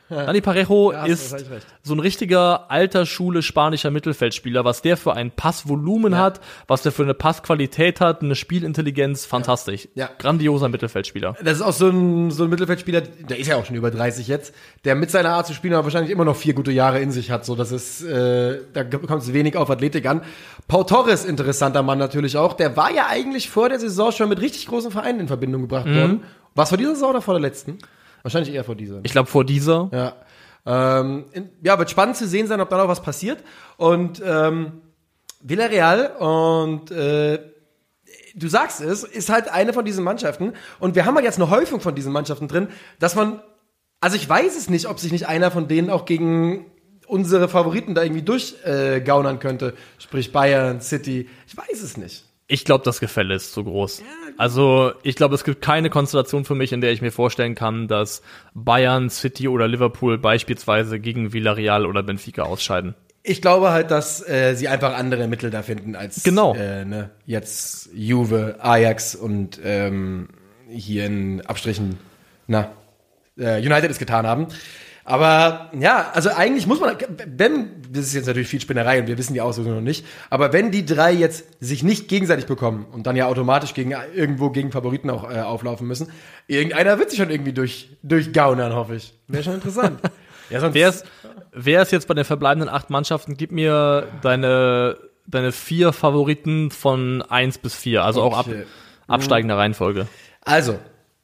Dani Parejo Ja, hast du ist wahrscheinlich recht. so ein richtiger alter Schule spanischer Mittelfeldspieler, was der für ein Passvolumen Ja. hat, was der für eine Passqualität hat, eine Spielintelligenz, fantastisch. Ja. Grandioser Mittelfeldspieler. Das ist auch so ein, so ein Mittelfeldspieler, der ist ja auch schon über dreißig jetzt, der mit seiner Art zu spielen aber wahrscheinlich immer noch vier gute Jahre in sich hat. So, das ist, äh, da kommt es wenig auf Athletik an. Pau Torres, interessanter Mann natürlich auch, der war ja eigentlich vor der Saison schon mit richtig großen Vereinen in Verbindung gebracht Mhm. worden. War es vor dieser Saison oder vor der letzten? Wahrscheinlich eher vor dieser. Ich glaube, vor dieser. Ja. Ähm, in, ja, wird spannend zu sehen sein, ob da noch was passiert. Und ähm, Villarreal und äh, du sagst es, ist halt eine von diesen Mannschaften. Und wir haben halt jetzt eine Häufung von diesen Mannschaften drin, dass man, also ich weiß es nicht, ob sich nicht einer von denen auch gegen unsere Favoriten da irgendwie durchgaunern äh, gaunern könnte. Sprich Bayern, City. Ich weiß es nicht. Ich glaube, das Gefälle ist zu groß. Also, ich glaube, es gibt keine Konstellation für mich, in der ich mir vorstellen kann, dass Bayern, City oder Liverpool beispielsweise gegen Villarreal oder Benfica ausscheiden. Ich glaube halt, dass äh, sie einfach andere Mittel da finden als Genau. äh, ne, jetzt Juve, Ajax und ähm, hier in Abstrichen, na, äh, United es getan haben. Aber ja, also eigentlich muss man, wenn, das ist jetzt natürlich viel Spinnerei und wir wissen die Auslösung noch nicht, aber wenn die drei jetzt sich nicht gegenseitig bekommen und dann ja automatisch gegen irgendwo gegen Favoriten auch äh, auflaufen müssen, irgendeiner wird sich schon irgendwie durch durchgaunern, hoffe ich. Wäre schon interessant. Ja, sonst Wer ist, wer ist jetzt bei den verbleibenden acht Mannschaften? Gib mir deine, deine vier Favoriten von eins bis vier, also auch ab, Okay. absteigender Reihenfolge. Also,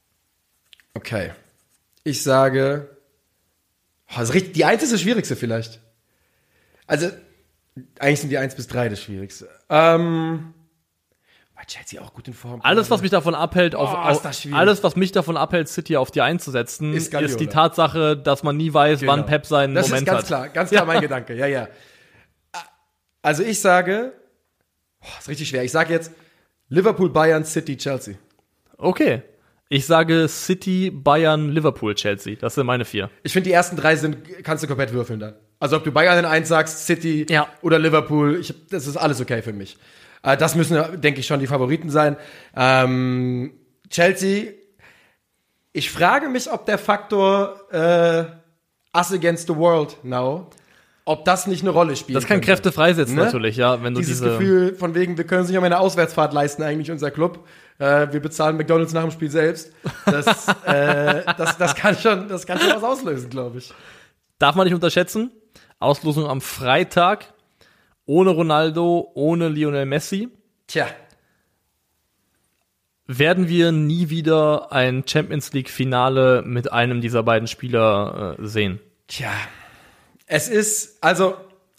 okay. Ich sage, oh, das ist richtig, die eins ist das Schwierigste vielleicht. Also, eigentlich sind die eins bis drei das Schwierigste. Ähm, war Chelsea auch gut in Form? Alles, was mich davon abhält, auf, Oh, ist auf das schwierig. alles, was mich davon abhält, City auf die einzusetzen, Ist ist, Guardiola. die Tatsache, dass man nie weiß, Genau. wann Pep seinen das Moment ist ganz hat. klar, ganz klar mein Gedanke, ja, ja. Also ich sage, oh, ist richtig schwer, ich sage jetzt Liverpool, Bayern, City, Chelsea. Okay. Ich sage City, Bayern, Liverpool, Chelsea. Das sind meine vier. Ich finde, die ersten drei sind, kannst du komplett würfeln dann. Also ob du Bayern in eins sagst, City Ja. oder Liverpool, ich, das ist alles okay für mich. Äh, das müssen, denke ich, schon die Favoriten sein. Ähm, Chelsea, ich frage mich, ob der Faktor äh, Us Against the World now, ob das nicht eine Rolle spielt. Das kann Kräfte freisetzen Ne? natürlich, ja. Wenn du Dieses diese Gefühl von wegen, wir können uns nicht mal eine Auswärtsfahrt leisten, eigentlich unser Club. Äh, wir bezahlen McDonald's nach dem Spiel selbst. Das, äh, das, das kann schon, das kann schon was auslösen, glaube ich. darf man nicht unterschätzen. Auslosung am Freitag. Ohne Ronaldo, ohne Lionel Messi. Tja. Werden wir nie wieder ein Champions League Finale mit einem dieser beiden Spieler äh, sehen? Tja. Es ist, also,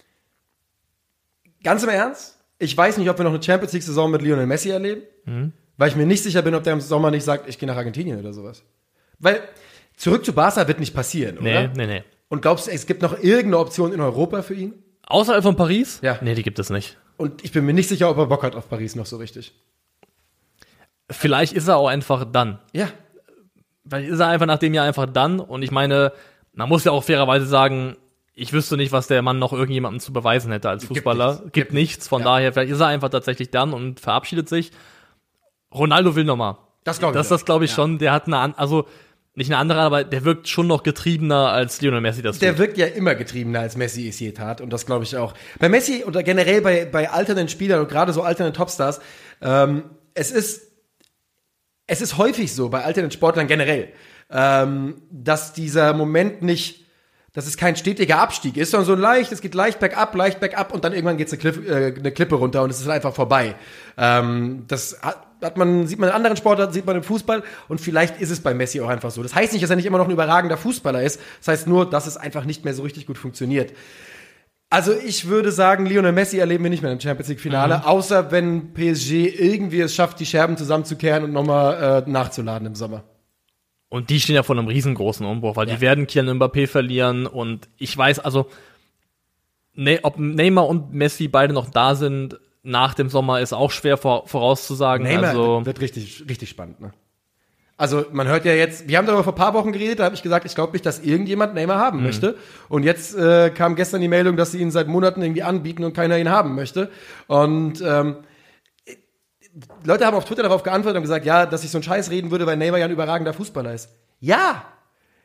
ganz im Ernst, ich weiß nicht, ob wir noch eine Champions League-Saison mit Lionel Messi erleben, Mhm. weil ich mir nicht sicher bin, ob der im Sommer nicht sagt, ich gehe nach Argentinien oder sowas. Weil zurück zu Barca wird nicht passieren, Nee, oder? nee, nee. Und glaubst du, es gibt noch irgendeine Option in Europa für ihn? Außerhalb von Paris? Ja. Nee, die gibt es nicht. Und ich bin mir nicht sicher, ob er Bock hat auf Paris noch so richtig. Vielleicht ist er auch einfach dann. Ja. Vielleicht ist er einfach nach dem Jahr einfach dann. Und ich meine, man muss ja auch fairerweise sagen, ich wüsste nicht, was der Mann noch irgendjemandem zu beweisen hätte als Fußballer. Gibt nichts. nichts. Gibt Von Ja. daher, vielleicht ist er einfach tatsächlich dann und verabschiedet sich. Ronaldo will nochmal. Das glaube ich. Das, das glaube ich Ja. schon. Der hat eine, an- also nicht eine andere, aber der wirkt schon noch getriebener als Lionel Messi das Der tut. wirkt ja immer getriebener, als Messi es je tat. Und das glaube ich auch. Bei Messi oder generell bei, bei alternden Spielern und gerade so alternden Topstars, ähm, es ist, es ist häufig so, bei alternden Sportlern generell, ähm, dass dieser Moment nicht, dass es kein stetiger Abstieg ist, sondern so leicht, es geht leicht bergab, leicht bergab und dann irgendwann geht eine, Kliff, äh, eine Klippe runter und es ist einfach vorbei. Ähm, das hat, hat man, sieht man in anderen Sportarten, sieht man im Fußball und vielleicht ist es bei Messi auch einfach so. Das heißt nicht, dass er nicht immer noch ein überragender Fußballer ist, das heißt nur, dass es einfach nicht mehr so richtig gut funktioniert. Also ich würde sagen, Lionel Messi erleben wir nicht mehr im Champions League Finale, Mhm. außer wenn P S G irgendwie es schafft, die Scherben zusammenzukehren und nochmal äh, nachzuladen im Sommer. Und die stehen ja vor einem riesengroßen Umbruch, weil Ja. die werden Kylian Mbappé verlieren und ich weiß, also ne, ob Neymar und Messi beide noch da sind nach dem Sommer ist auch schwer vor, vorauszusagen. Neymar also wird richtig, richtig spannend, ne? Also man hört ja jetzt, wir haben darüber vor ein paar Wochen geredet, da habe ich gesagt, ich glaube nicht, dass irgendjemand Neymar haben Mhm. möchte. Und jetzt äh, kam gestern die Meldung, dass sie ihn seit Monaten irgendwie anbieten und keiner ihn haben möchte. Und ähm, Leute haben auf Twitter darauf geantwortet und gesagt, ja, dass ich so einen Scheiß reden würde, weil Neymar ja ein überragender Fußballer ist. Ja,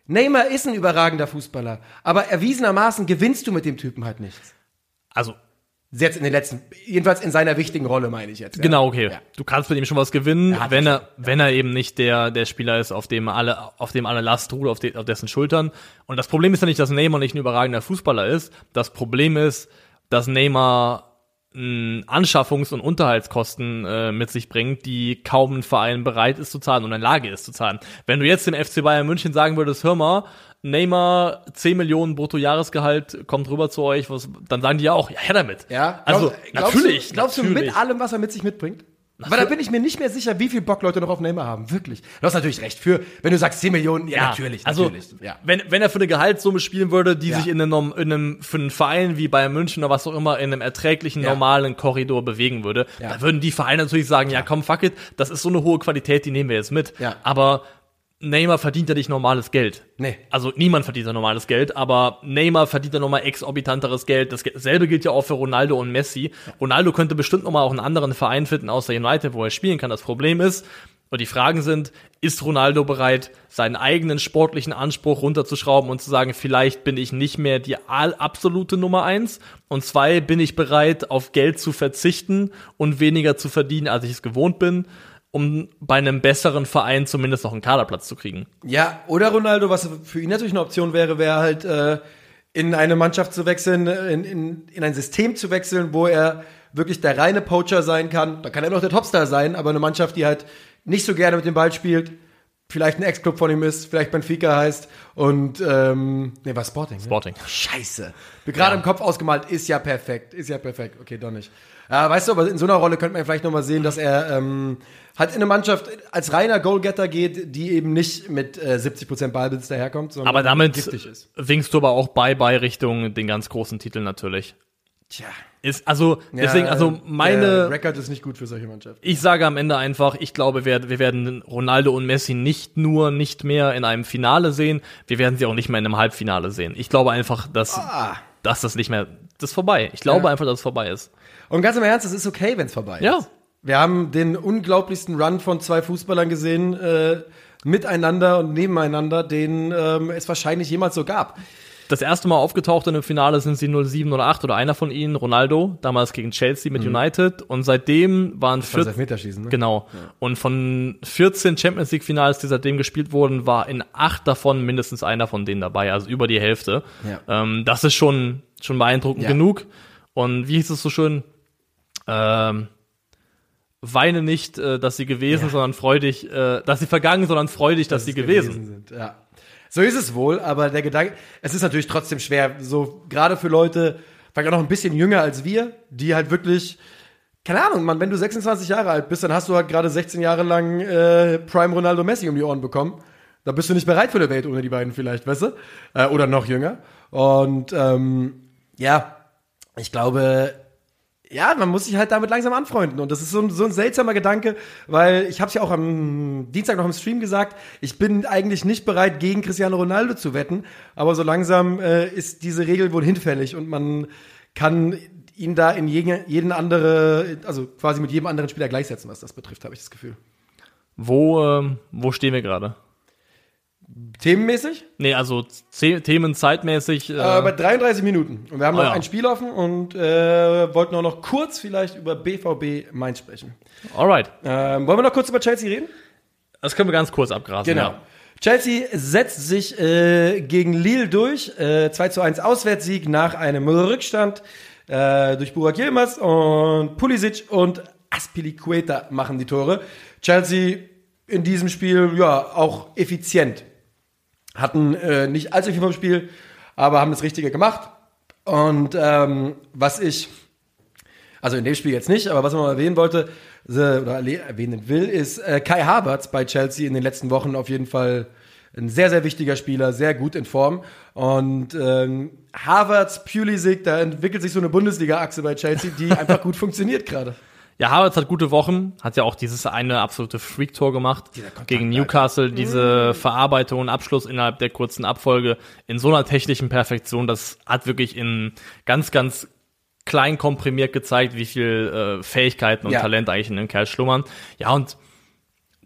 Neymar ist ein überragender Fußballer, aber erwiesenermaßen gewinnst du mit dem Typen halt nichts. Also, Jetzt in den letzten, jedenfalls in seiner wichtigen Rolle, meine ich jetzt. Ja. genau, okay. Ja. Du kannst mit ihm schon was gewinnen, Er hat wenn schon, er, wenn er eben nicht der, der Spieler ist, auf dem alle, auf dem alle Last ruht, auf, de, auf dessen Schultern. Und das Problem ist ja nicht, dass Neymar nicht ein überragender Fußballer ist. Das Problem ist, dass Neymar mh, Anschaffungs- und Unterhaltskosten äh, mit sich bringt, die kaum ein Verein bereit ist zu zahlen und in der Lage ist zu zahlen. Wenn du jetzt dem F C Bayern München sagen würdest, hör mal, Neymar, zehn Millionen Bruttojahresgehalt, kommt rüber zu euch, was, dann sagen die ja auch, ja, her damit. Ja, also, glaub, glaubst natürlich. Du, glaubst natürlich. du mit allem, was er mit sich mitbringt? Weil da bin ich mir nicht mehr sicher, wie viel Bock Leute noch auf Neymar haben. Wirklich. Du hast natürlich recht. Für, wenn du sagst zehn Millionen, ja, Ja, natürlich, also, natürlich. Ja. wenn, wenn er für eine Gehaltssumme spielen würde, die Ja. sich in einem, in einem, für einen Verein wie Bayern München oder was auch immer, in einem erträglichen, Ja. normalen Korridor bewegen würde, Ja. da würden die Vereine natürlich sagen, ja komm, fuck it, das ist so eine hohe Qualität, die nehmen wir jetzt mit. Ja. Aber Neymar verdient ja nicht normales Geld. Nee. Also niemand verdient ja normales Geld, aber Neymar verdient ja nochmal exorbitanteres Geld. Dasselbe gilt ja auch für Ronaldo und Messi. Ronaldo könnte bestimmt nochmal auch einen anderen Verein finden, außer United, wo er spielen kann. Das Problem ist, und die Fragen sind, ist Ronaldo bereit, seinen eigenen sportlichen Anspruch runterzuschrauben und zu sagen, vielleicht bin ich nicht mehr die absolute Nummer eins, und zwei, bin ich bereit, auf Geld zu verzichten und weniger zu verdienen, als ich es gewohnt bin, um bei einem besseren Verein zumindest noch einen Kaderplatz zu kriegen. Ja, oder Ronaldo, was für ihn natürlich eine Option wäre, wäre halt äh, in eine Mannschaft zu wechseln, in, in, in ein System zu wechseln, wo er wirklich der reine Poacher sein kann. Da kann er noch der Topstar sein, aber eine Mannschaft, die halt nicht so gerne mit dem Ball spielt, vielleicht ein Ex-Club von ihm ist, vielleicht Benfica heißt und, ähm, nee, war Sporting. Ne? Sporting. Scheiße. Mir gerade Ja. im Kopf ausgemalt, ist ja perfekt, ist ja perfekt. Okay, doch nicht. Ja, weißt du, aber in so einer Rolle könnte man vielleicht nochmal sehen, dass er ähm, halt in eine Mannschaft als reiner Goalgetter geht, die eben nicht mit äh, siebzig Prozent Ballbesitz daherkommt, sondern Aber damit giftig ist. winkst du aber auch bei bei Richtung den ganz großen Titel natürlich. Tja. Ist also deswegen Ja, also Der meine Record ist nicht gut für solche Mannschaften. ich sage am Ende einfach, ich glaube, wir, wir werden Ronaldo und Messi nicht nur nicht mehr in einem Finale sehen, wir werden sie auch nicht mehr in einem Halbfinale sehen. Ich glaube einfach, dass Ah. dass das nicht mehr das ist vorbei. Ich glaube Ja. einfach, dass es vorbei ist. Und ganz im Ernst, es ist okay, wenn es vorbei Ja. ist. Wir haben den unglaublichsten Run von zwei Fußballern gesehen, äh, miteinander und nebeneinander, den ähm, es wahrscheinlich jemals so gab. Das erste Mal aufgetaucht in einem Finale sind sie null sieben oder acht oder einer von ihnen, Ronaldo, damals gegen Chelsea mit United, und seitdem waren Das war das vierzehn Elfmeterschießen, ne? Genau. Und von vierzehn Champions League Finals, die seitdem gespielt wurden, war in acht davon mindestens einer von denen dabei, also über die Hälfte. Ja. Ähm, das ist schon schon beeindruckend Ja. genug. Und wie hieß es so schön? Ähm, weine nicht, äh, dass sie gewesen, Ja. sondern freu dich, äh, dass sie vergangen, sondern freu dich, dass, sie es gewesen. sind. Ja. So ist es wohl, aber der Gedanke, es ist natürlich trotzdem schwer, so gerade für Leute, vielleicht auch noch ein bisschen jünger als wir, die halt wirklich, keine Ahnung, Mann, wenn du sechsundzwanzig Jahre alt bist, dann hast du halt gerade sechzehn Jahre lang äh, Prime Ronaldo Messi um die Ohren bekommen. Da bist du nicht bereit für eine Welt ohne die beiden vielleicht, weißt du? Äh, oder noch jünger. Und ähm, ja, ich glaube, ja, man muss sich halt damit langsam anfreunden. Und das ist so ein, so ein seltsamer Gedanke, weil ich habe es ja auch am Dienstag noch im Stream gesagt, ich bin eigentlich nicht bereit, gegen Cristiano Ronaldo zu wetten, aber so langsam äh, ist diese Regel wohl hinfällig und man kann ihn da in jeden, jeden andere, also quasi mit jedem anderen Spieler gleichsetzen, was das betrifft, habe ich das Gefühl. Wo, ähm, wo stehen wir gerade? Themenmäßig? Nee, also ze- Themen zeitmäßig. Äh, Äh, bei dreiunddreißig Minuten. Und wir haben Oh noch ja. ein Spiel offen und äh, wollten auch noch kurz vielleicht über B V B Mainz sprechen. alright. Ähm, wollen wir noch kurz über Chelsea reden? Das können wir ganz kurz abgrasen. Genau. Ja. Chelsea setzt sich äh, gegen Lille durch. Äh, zwei zu eins Auswärtssieg nach einem Rückstand äh, durch Burak Yilmaz und Pulisic und Azpilicueta machen die Tore. Chelsea in diesem Spiel ja auch effizient. Hatten äh, nicht allzu viel vom Spiel, aber haben das Richtige gemacht. Und ähm, was ich, also in dem Spiel jetzt nicht, aber was man mal erwähnen wollte, äh, oder erwähnen will, ist äh, Kai Havertz bei Chelsea in den letzten Wochen auf jeden Fall ein sehr, sehr wichtiger Spieler, sehr gut in Form. Und ähm, Havertz, Pulisic, da entwickelt sich so eine Bundesliga-Achse bei Chelsea, die einfach gut funktioniert gerade. Ja, Havertz hat gute Wochen, hat ja auch dieses eine absolute Freak-Tor gemacht Kontakt, gegen Newcastle, diese Verarbeitung und Abschluss innerhalb der kurzen Abfolge in so einer technischen Perfektion, das hat wirklich in ganz, ganz klein komprimiert gezeigt, wie viel äh, Fähigkeiten und Ja. Talent eigentlich in dem Kerl schlummern. Ja, und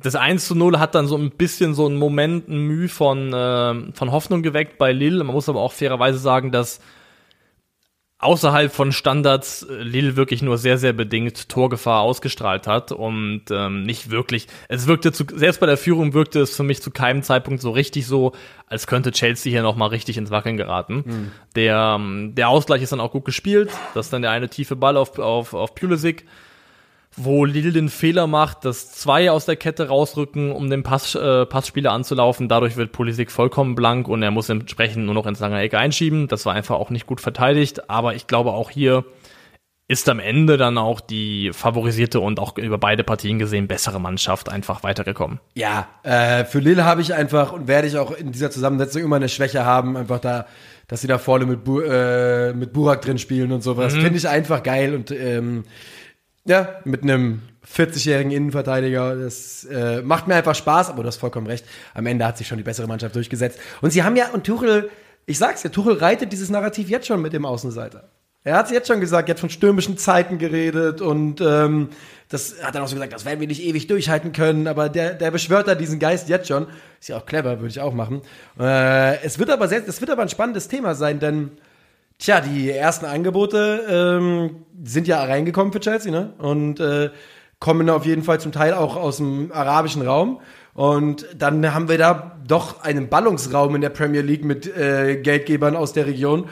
das eins zu null hat dann so ein bisschen so einen Moment, ein Mühe von, äh, von Hoffnung geweckt bei Lille. Man muss aber auch fairerweise sagen, dass außerhalb von Standards Lille wirklich nur sehr, sehr bedingt Torgefahr ausgestrahlt hat und ähm, nicht wirklich, es wirkte zu, selbst bei der Führung wirkte es für mich zu keinem Zeitpunkt so richtig so, als könnte Chelsea hier nochmal richtig ins Wackeln geraten. Mhm. Der, der Ausgleich ist dann auch gut gespielt, das ist dann der eine tiefe Ball auf, auf, auf Pulisic, wo Lille den Fehler macht, dass zwei aus der Kette rausrücken, um den Pass, äh, Passspieler anzulaufen. Dadurch wird Pulisic vollkommen blank und er muss entsprechend nur noch ins lange Eck einschieben. Das war einfach auch nicht gut verteidigt. Aber ich glaube, auch hier ist am Ende dann auch die favorisierte und auch über beide Partien gesehen bessere Mannschaft einfach weitergekommen. Ja, äh, für Lille habe ich einfach und werde ich auch in dieser Zusammensetzung immer eine Schwäche haben, einfach da, dass sie da vorne mit, Bu- äh, mit Burak drin spielen und sowas. Mhm. Finde ich einfach geil und ähm, ja, mit einem vierzigjährigen Innenverteidiger, das äh, macht mir einfach Spaß, aber du hast vollkommen recht, am Ende hat sich schon die bessere Mannschaft durchgesetzt. Und sie haben ja, und Tuchel, ich sag's ja, Tuchel reitet dieses Narrativ jetzt schon mit dem Außenseiter. Er hat jetzt schon gesagt, er hat von stürmischen Zeiten geredet und ähm, das hat dann auch so gesagt, das werden wir nicht ewig durchhalten können, aber der, der beschwört da diesen Geist jetzt schon. Ist ja auch clever, würde ich auch machen. Äh, es wird aber sehr, es wird aber ein spannendes Thema sein, denn tja, die ersten Angebote ähm, sind ja reingekommen für Chelsea, ne? Und äh, kommen auf jeden Fall zum Teil auch aus dem arabischen Raum. Und dann haben wir da doch einen Ballungsraum in der Premier League mit äh, Geldgebern aus der Region.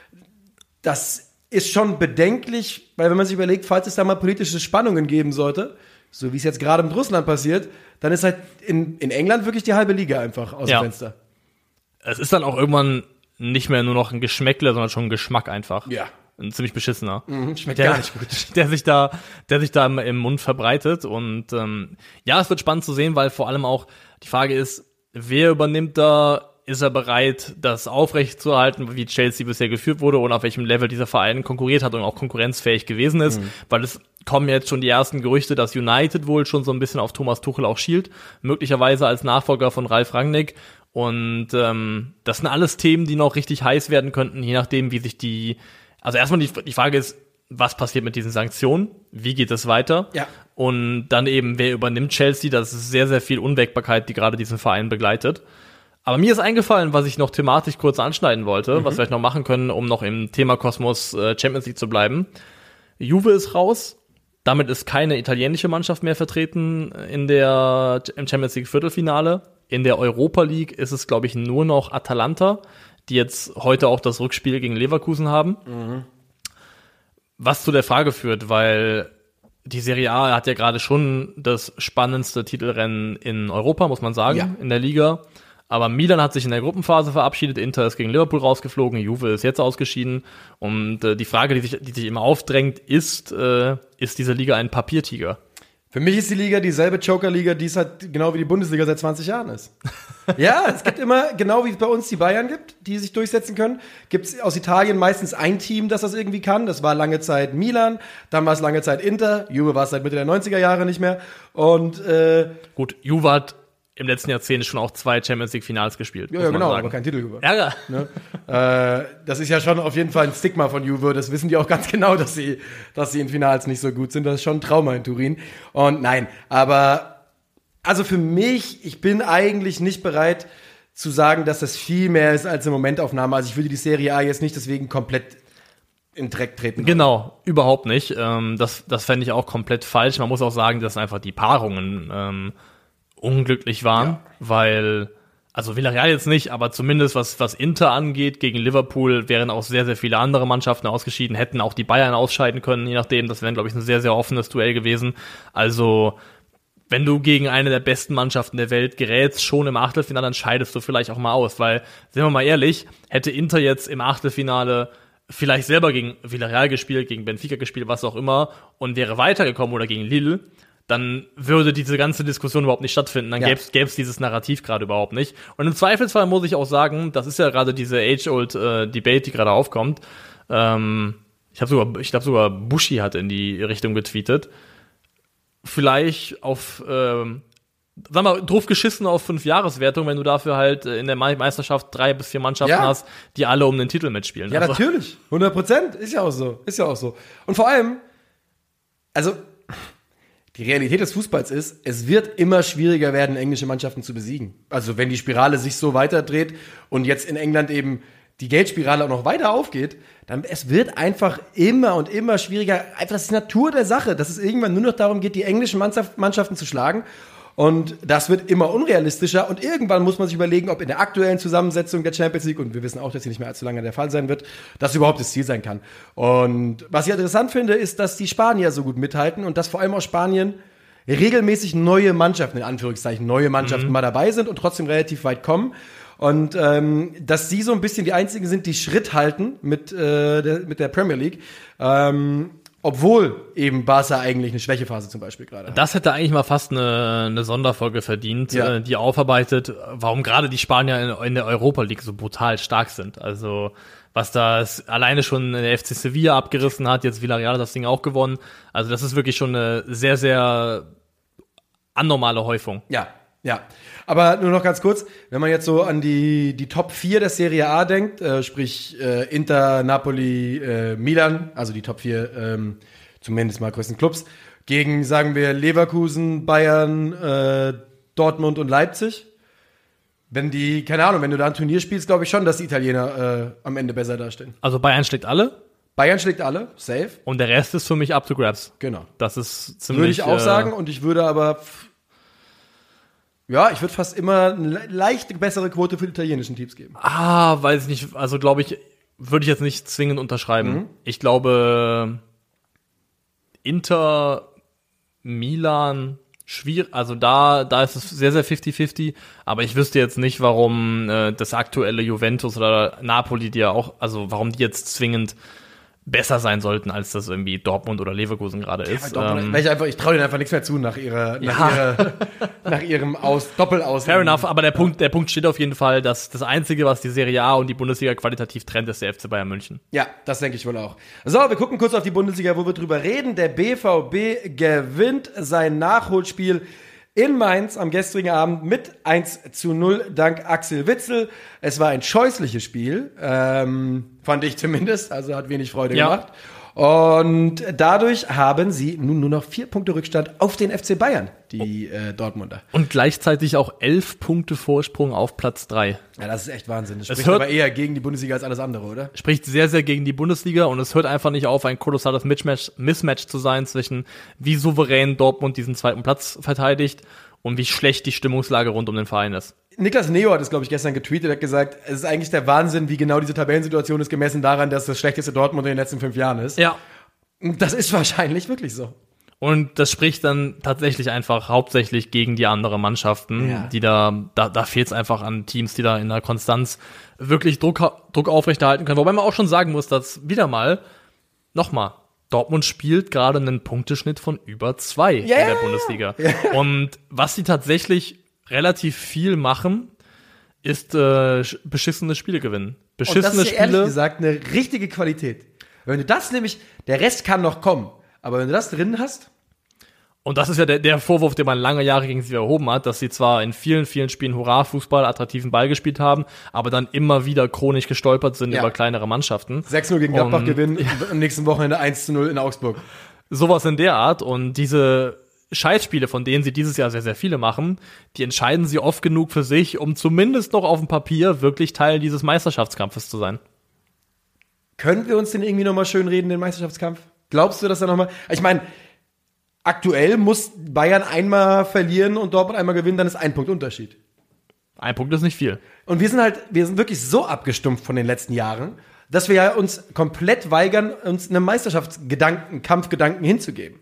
Das ist schon bedenklich, weil wenn man sich überlegt, falls es da mal politische Spannungen geben sollte, so wie es jetzt gerade mit Russland passiert, dann ist halt in, in England wirklich die halbe Liga einfach aus ja. dem Fenster. Es ist dann auch irgendwann nicht mehr nur noch ein Geschmäckle, sondern schon ein Geschmack einfach. Ja. Ein ziemlich beschissener. Mhm, schmeckt der, gar nicht gut. Der sich da, der sich da im, im Mund verbreitet. Und ähm, ja, es wird spannend zu sehen, weil vor allem auch die Frage ist, wer übernimmt da, ist er bereit, das aufrechtzuerhalten, wie Chelsea bisher geführt wurde und auf welchem Level dieser Verein konkurriert hat und auch konkurrenzfähig gewesen ist. Mhm. Weil es kommen jetzt schon die ersten Gerüchte, dass United wohl schon so ein bisschen auf Thomas Tuchel auch schielt. Möglicherweise als Nachfolger von Ralf Rangnick. Und ähm, das sind alles Themen, die noch richtig heiß werden könnten, je nachdem, wie sich die, also erstmal die, die Frage ist, was passiert mit diesen Sanktionen? Wie geht es weiter? Ja. Und dann eben, wer übernimmt Chelsea? Das ist sehr, sehr viel Unwägbarkeit, die gerade diesen Verein begleitet. Aber mir ist eingefallen, was ich noch thematisch kurz anschneiden wollte, mhm. was wir vielleicht noch machen können, um noch im Thema Kosmos äh, Champions League zu bleiben. Juve ist raus. Damit ist keine italienische Mannschaft mehr vertreten in der im Champions League Viertelfinale. In der Europa League ist es, glaube ich, nur noch Atalanta, die jetzt heute auch das Rückspiel gegen Leverkusen haben. Mhm. Was zu der Frage führt, weil die Serie A hat ja gerade schon das spannendste Titelrennen in Europa, muss man sagen, ja. in der Liga. Aber Milan hat sich in der Gruppenphase verabschiedet, Inter ist gegen Liverpool rausgeflogen, Juve ist jetzt ausgeschieden. Und äh, die Frage, die sich, die sich immer aufdrängt, ist, äh, ist diese Liga ein Papiertiger? Für mich ist die Liga dieselbe Joker-Liga, die es halt genau wie die Bundesliga seit zwanzig Jahren ist. Ja, es gibt immer, genau wie es bei uns die Bayern gibt, die sich durchsetzen können, gibt es aus Italien meistens ein Team, das das irgendwie kann. Das war lange Zeit Milan, dann war es lange Zeit Inter, Juve war es seit Mitte der neunziger Jahre nicht mehr. Und äh, gut, Juve hat im letzten Jahrzehnt schon auch zwei Champions League Finals gespielt. Ja, ja genau, sagen. Aber kein Titel gewonnen. Ärger. Ne? äh, das ist ja schon auf jeden Fall ein Stigma von Juve. Das wissen die auch ganz genau, dass sie, dass sie in Finals nicht so gut sind. Das ist schon ein Trauma in Turin. Und nein, aber also für mich, ich bin eigentlich nicht bereit zu sagen, dass das viel mehr ist als eine Momentaufnahme. Also ich würde die Serie A jetzt nicht deswegen komplett in den Dreck treten. Genau, überhaupt nicht. Ähm, das das fände ich auch komplett falsch. Man muss auch sagen, dass einfach die Paarungen ähm, unglücklich waren, ja. weil, also Villarreal jetzt nicht, aber zumindest was was Inter angeht, gegen Liverpool wären auch sehr, sehr viele andere Mannschaften ausgeschieden, hätten auch die Bayern ausscheiden können, je nachdem, das wäre, glaube ich, ein sehr, sehr offenes Duell gewesen. Also, wenn du gegen eine der besten Mannschaften der Welt gerätst, schon im Achtelfinale, dann scheidest du vielleicht auch mal aus, weil, sind wir mal ehrlich, hätte Inter jetzt im Achtelfinale vielleicht selber gegen Villarreal gespielt, gegen Benfica gespielt, was auch immer, und wäre weitergekommen oder gegen Lille, dann würde diese ganze Diskussion überhaupt nicht stattfinden. Dann ja. gäbe es dieses Narrativ gerade überhaupt nicht. Und im Zweifelsfall muss ich auch sagen, das ist ja gerade diese age-old äh, Debate, die gerade aufkommt. Ähm, ich habe sogar, ich glaube sogar Bushi hat in die Richtung getweetet. Vielleicht auf, ähm, sag mal, drauf geschissen auf Fünf-Jahres-Wertung, wenn du dafür halt in der Meisterschaft drei bis vier Mannschaften ja. hast, die alle um den Titel mitspielen. Ja, also, natürlich. hundert Prozent. Ist ja auch so. Ist ja auch so. Und vor allem, also die Realität des Fußballs ist, es wird immer schwieriger werden, englische Mannschaften zu besiegen. Also wenn die Spirale sich so weiterdreht und jetzt in England eben die Geldspirale auch noch weiter aufgeht, dann es wird einfach immer und immer schwieriger. Einfach, das ist die Natur der Sache, dass es irgendwann nur noch darum geht, die englischen Mannschaften zu schlagen. Und das wird immer unrealistischer und irgendwann muss man sich überlegen, ob in der aktuellen Zusammensetzung der Champions League, und wir wissen auch, dass sie nicht mehr allzu lange der Fall sein wird, das überhaupt das Ziel sein kann. Und was ich interessant finde, ist, dass die Spanier so gut mithalten und dass vor allem aus Spanien regelmäßig neue Mannschaften, in Anführungszeichen neue Mannschaften mhm. mal dabei sind und trotzdem relativ weit kommen. Und ähm, dass sie so ein bisschen die einzigen sind, die Schritt halten mit, äh, der, mit der Premier League. Ähm, Obwohl eben Barca eigentlich eine Schwächephase zum Beispiel gerade hat. Das hätte eigentlich mal fast eine, eine Sonderfolge verdient, ja. äh, die aufarbeitet, warum gerade die Spanier in, in der Europa League so brutal stark sind. Also was das alleine schon der F C Sevilla abgerissen hat, jetzt Villarreal hat das Ding auch gewonnen. Also das ist wirklich schon eine sehr, sehr anormale Häufung. Ja, ja. Aber nur noch ganz kurz, wenn man jetzt so an die die Top vier der Serie A denkt, äh, sprich äh, Inter, Napoli, äh, Milan, also die Top vier, ähm, zumindest mal größten Clubs, gegen, sagen wir, Leverkusen, Bayern, äh, Dortmund und Leipzig. Wenn die, keine Ahnung, wenn du da ein Turnier spielst, glaube ich schon, dass die Italiener äh, am Ende besser dastehen. Also Bayern schlägt alle? Bayern schlägt alle, safe. Und der Rest ist für mich up to grabs. Genau. Das ist ziemlich... Würde ich auch äh, sagen und ich würde aber... Ja, ich würde fast immer eine leicht bessere Quote für die italienischen Teams geben. Ah, weiß ich nicht. Also glaube ich, würde ich jetzt nicht zwingend unterschreiben. Mhm. Ich glaube, Inter, Milan, schwierig. Also da, da ist es sehr, sehr fifty fifty. Aber ich wüsste jetzt nicht, warum äh, das aktuelle Juventus oder Napoli, die ja auch, also warum die jetzt zwingend besser sein sollten, als das irgendwie Dortmund oder Leverkusen gerade ist. Ja, ähm, weil ich einfach, ich traue denen einfach nichts mehr zu nach ihrer, nach, ja. ihrer, nach ihrem Aus, Doppelaus. Fair enough, aber der Punkt, der Punkt steht auf jeden Fall, dass das Einzige, was die Serie A und die Bundesliga qualitativ trennt, ist der F C Bayern München. Ja, das denke ich wohl auch. So, wir gucken kurz auf die Bundesliga, wo wir drüber reden. Der B V B gewinnt sein Nachholspiel in Mainz am gestrigen Abend mit eins zu null dank Axel Witsel. Es war ein scheußliches Spiel, ähm, fand ich zumindest, also hat wenig Freude ja. gemacht. Und dadurch haben sie nun nur noch vier Punkte Rückstand auf den F C Bayern, die äh, Dortmunder. Und gleichzeitig auch elf Punkte Vorsprung auf Platz drei. Ja, das ist echt Wahnsinn. Das es spricht hört, aber eher gegen die Bundesliga als alles andere, oder? Spricht sehr, sehr gegen die Bundesliga und es hört einfach nicht auf, ein kolossales Mismatch, Mismatch zu sein zwischen wie souverän Dortmund diesen zweiten Platz verteidigt und wie schlecht die Stimmungslage rund um den Verein ist. Niklas Neo hat es, glaube ich, gestern getweetet, hat gesagt, es ist eigentlich der Wahnsinn, wie genau diese Tabellensituation ist, gemessen daran, dass das schlechteste Dortmund in den letzten fünf Jahren ist. Ja. Das ist wahrscheinlich wirklich so. Und das spricht dann tatsächlich einfach hauptsächlich gegen die anderen Mannschaften, ja. die da, da, da fehlt es einfach an Teams, die da in der Konstanz wirklich Druck, Druck aufrechterhalten können. Wobei man auch schon sagen muss, dass wieder mal, nochmal, Dortmund spielt gerade einen Punkteschnitt von über zwei yeah. in der Bundesliga. Yeah. Und was sie tatsächlich relativ viel machen, ist äh, beschissene Spiele gewinnen. Beschissene Und das ist Spiele. Ehrlich gesagt eine richtige Qualität. Wenn du das nämlich, der Rest kann noch kommen, aber wenn du das drin hast. Und das ist ja der, der Vorwurf, den man lange Jahre gegen sie erhoben hat, dass sie zwar in vielen, vielen Spielen Hurra-Fußball, attraktiven Ball gespielt haben, aber dann immer wieder chronisch gestolpert sind ja. über kleinere Mannschaften. sechs null gegen Gladbach gewinnen, ja. am nächsten Wochenende eins zu null in Augsburg. Sowas in der Art und diese Scheißspiele, von denen sie dieses Jahr sehr, sehr viele machen, die entscheiden sie oft genug für sich, um zumindest noch auf dem Papier wirklich Teil dieses Meisterschaftskampfes zu sein. Können wir uns den irgendwie nochmal schön reden, den Meisterschaftskampf? Glaubst du, dass er nochmal, ich meine, aktuell muss Bayern einmal verlieren und Dortmund einmal gewinnen, dann ist ein Punkt Unterschied. Ein Punkt ist nicht viel. Und wir sind halt, wir sind wirklich so abgestumpft von den letzten Jahren, dass wir ja uns komplett weigern, uns einem Meisterschaftsgedanken, Kampfgedanken hinzugeben.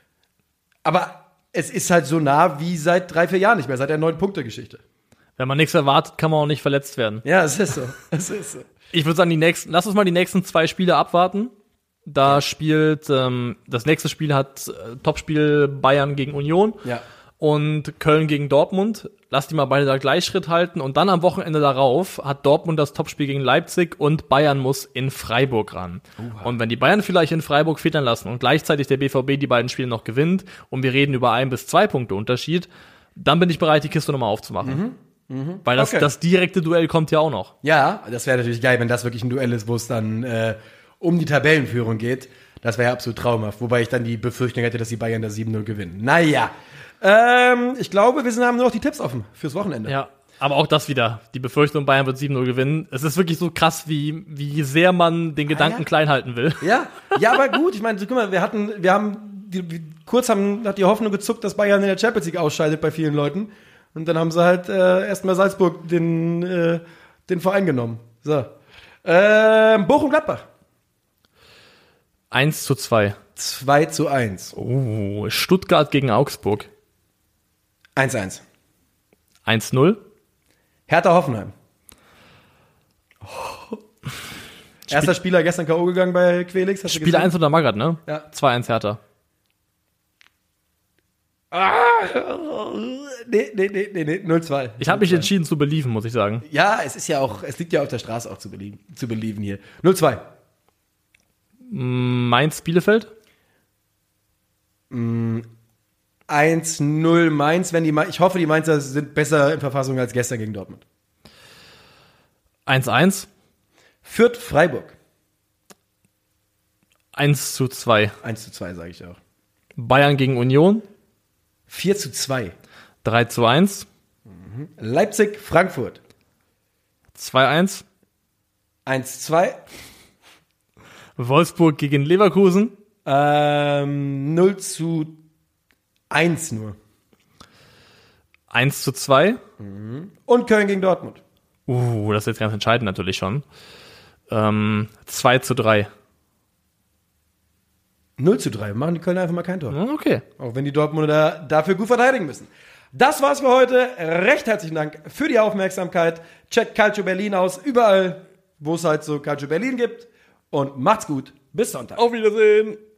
Aber es ist halt so nah wie seit drei, vier Jahren nicht mehr, seit der Neun-Punkte-Geschichte. Wenn man nichts erwartet, kann man auch nicht verletzt werden. Ja, es ist so. Es ist so. Ich würde sagen, die nächsten, lass uns mal die nächsten zwei Spiele abwarten. Da ja. spielt, ähm, das nächste Spiel hat äh, Topspiel Bayern gegen Union ja. und Köln gegen Dortmund. Lass die mal beide da gleich Schritt halten. Und dann am Wochenende darauf hat Dortmund das Topspiel gegen Leipzig und Bayern muss in Freiburg ran. Uh-huh. Und wenn die Bayern vielleicht in Freiburg federn lassen und gleichzeitig der B V B die beiden Spiele noch gewinnt und wir reden über ein bis zwei Punkte Unterschied, dann bin ich bereit, die Kiste nochmal aufzumachen. Mhm. Mhm. Weil das, okay. das direkte Duell kommt ja auch noch. Ja, das wäre natürlich geil, wenn das wirklich ein Duell ist, wo es dann äh, um die Tabellenführung geht. Das wäre ja absolut traumhaft. Wobei ich dann die Befürchtung hätte, dass die Bayern da sieben null gewinnen. Naja. Ähm, ich glaube, wir sind, haben nur noch die Tipps offen fürs Wochenende. Ja, aber auch das wieder. Die Befürchtung, Bayern wird sieben null gewinnen. Es ist wirklich so krass, wie, wie sehr man den Gedanken Ah, ja. klein halten will. Ja, ja, aber gut. Ich meine, so, guck mal, wir hatten, wir haben, die, die, kurz haben, hat die Hoffnung gezuckt, dass Bayern in der Champions League ausscheidet bei vielen Leuten. Und dann haben sie halt äh, erstmal Salzburg den, äh, den Verein genommen. So. Ähm, Bochum-Gladbach. eins zu zwei. zwei zu eins. Oh, Stuttgart gegen Augsburg. eins eins. eins null. Hertha-Hoffenheim. Erster Spieler gestern K O gegangen bei Quelix. Hast du Spiel gesehen? eins unter Magath, ne? Ja. zwei eins Hertha. Nee, nee, nee, nee, nee, null zwei. Ich habe mich entschieden zu believen, muss ich sagen. Ja, es ist ja auch, es liegt ja auf der Straße auch zu believen, zu believen hier. null zwei. Mainz-Bielefeld. eins null Mainz, wenn die Ma- ich hoffe, die Mainzer sind besser in Verfassung als gestern gegen Dortmund. eins eins. Fürth Freiburg. eins zu zwei. eins zu zwei sage ich auch. Bayern gegen Union. vier zu zwei. drei zu eins. Leipzig Frankfurt. zwei eins. eins zwei. Wolfsburg gegen Leverkusen. Ähm, null zu eins nur. eins zu zwei. Und Köln gegen Dortmund. Uh, das ist jetzt ganz entscheidend natürlich schon. Ähm, zwei zu drei. null zu drei. Machen die Kölner einfach mal kein Tor. Ja, okay. Auch wenn die Dortmunder dafür gut verteidigen müssen. Das war's für heute. Recht herzlichen Dank für die Aufmerksamkeit. Checkt Calcio Berlin aus, überall, wo es halt so Calcio Berlin gibt. Und macht's gut. Bis Sonntag. Auf Wiedersehen.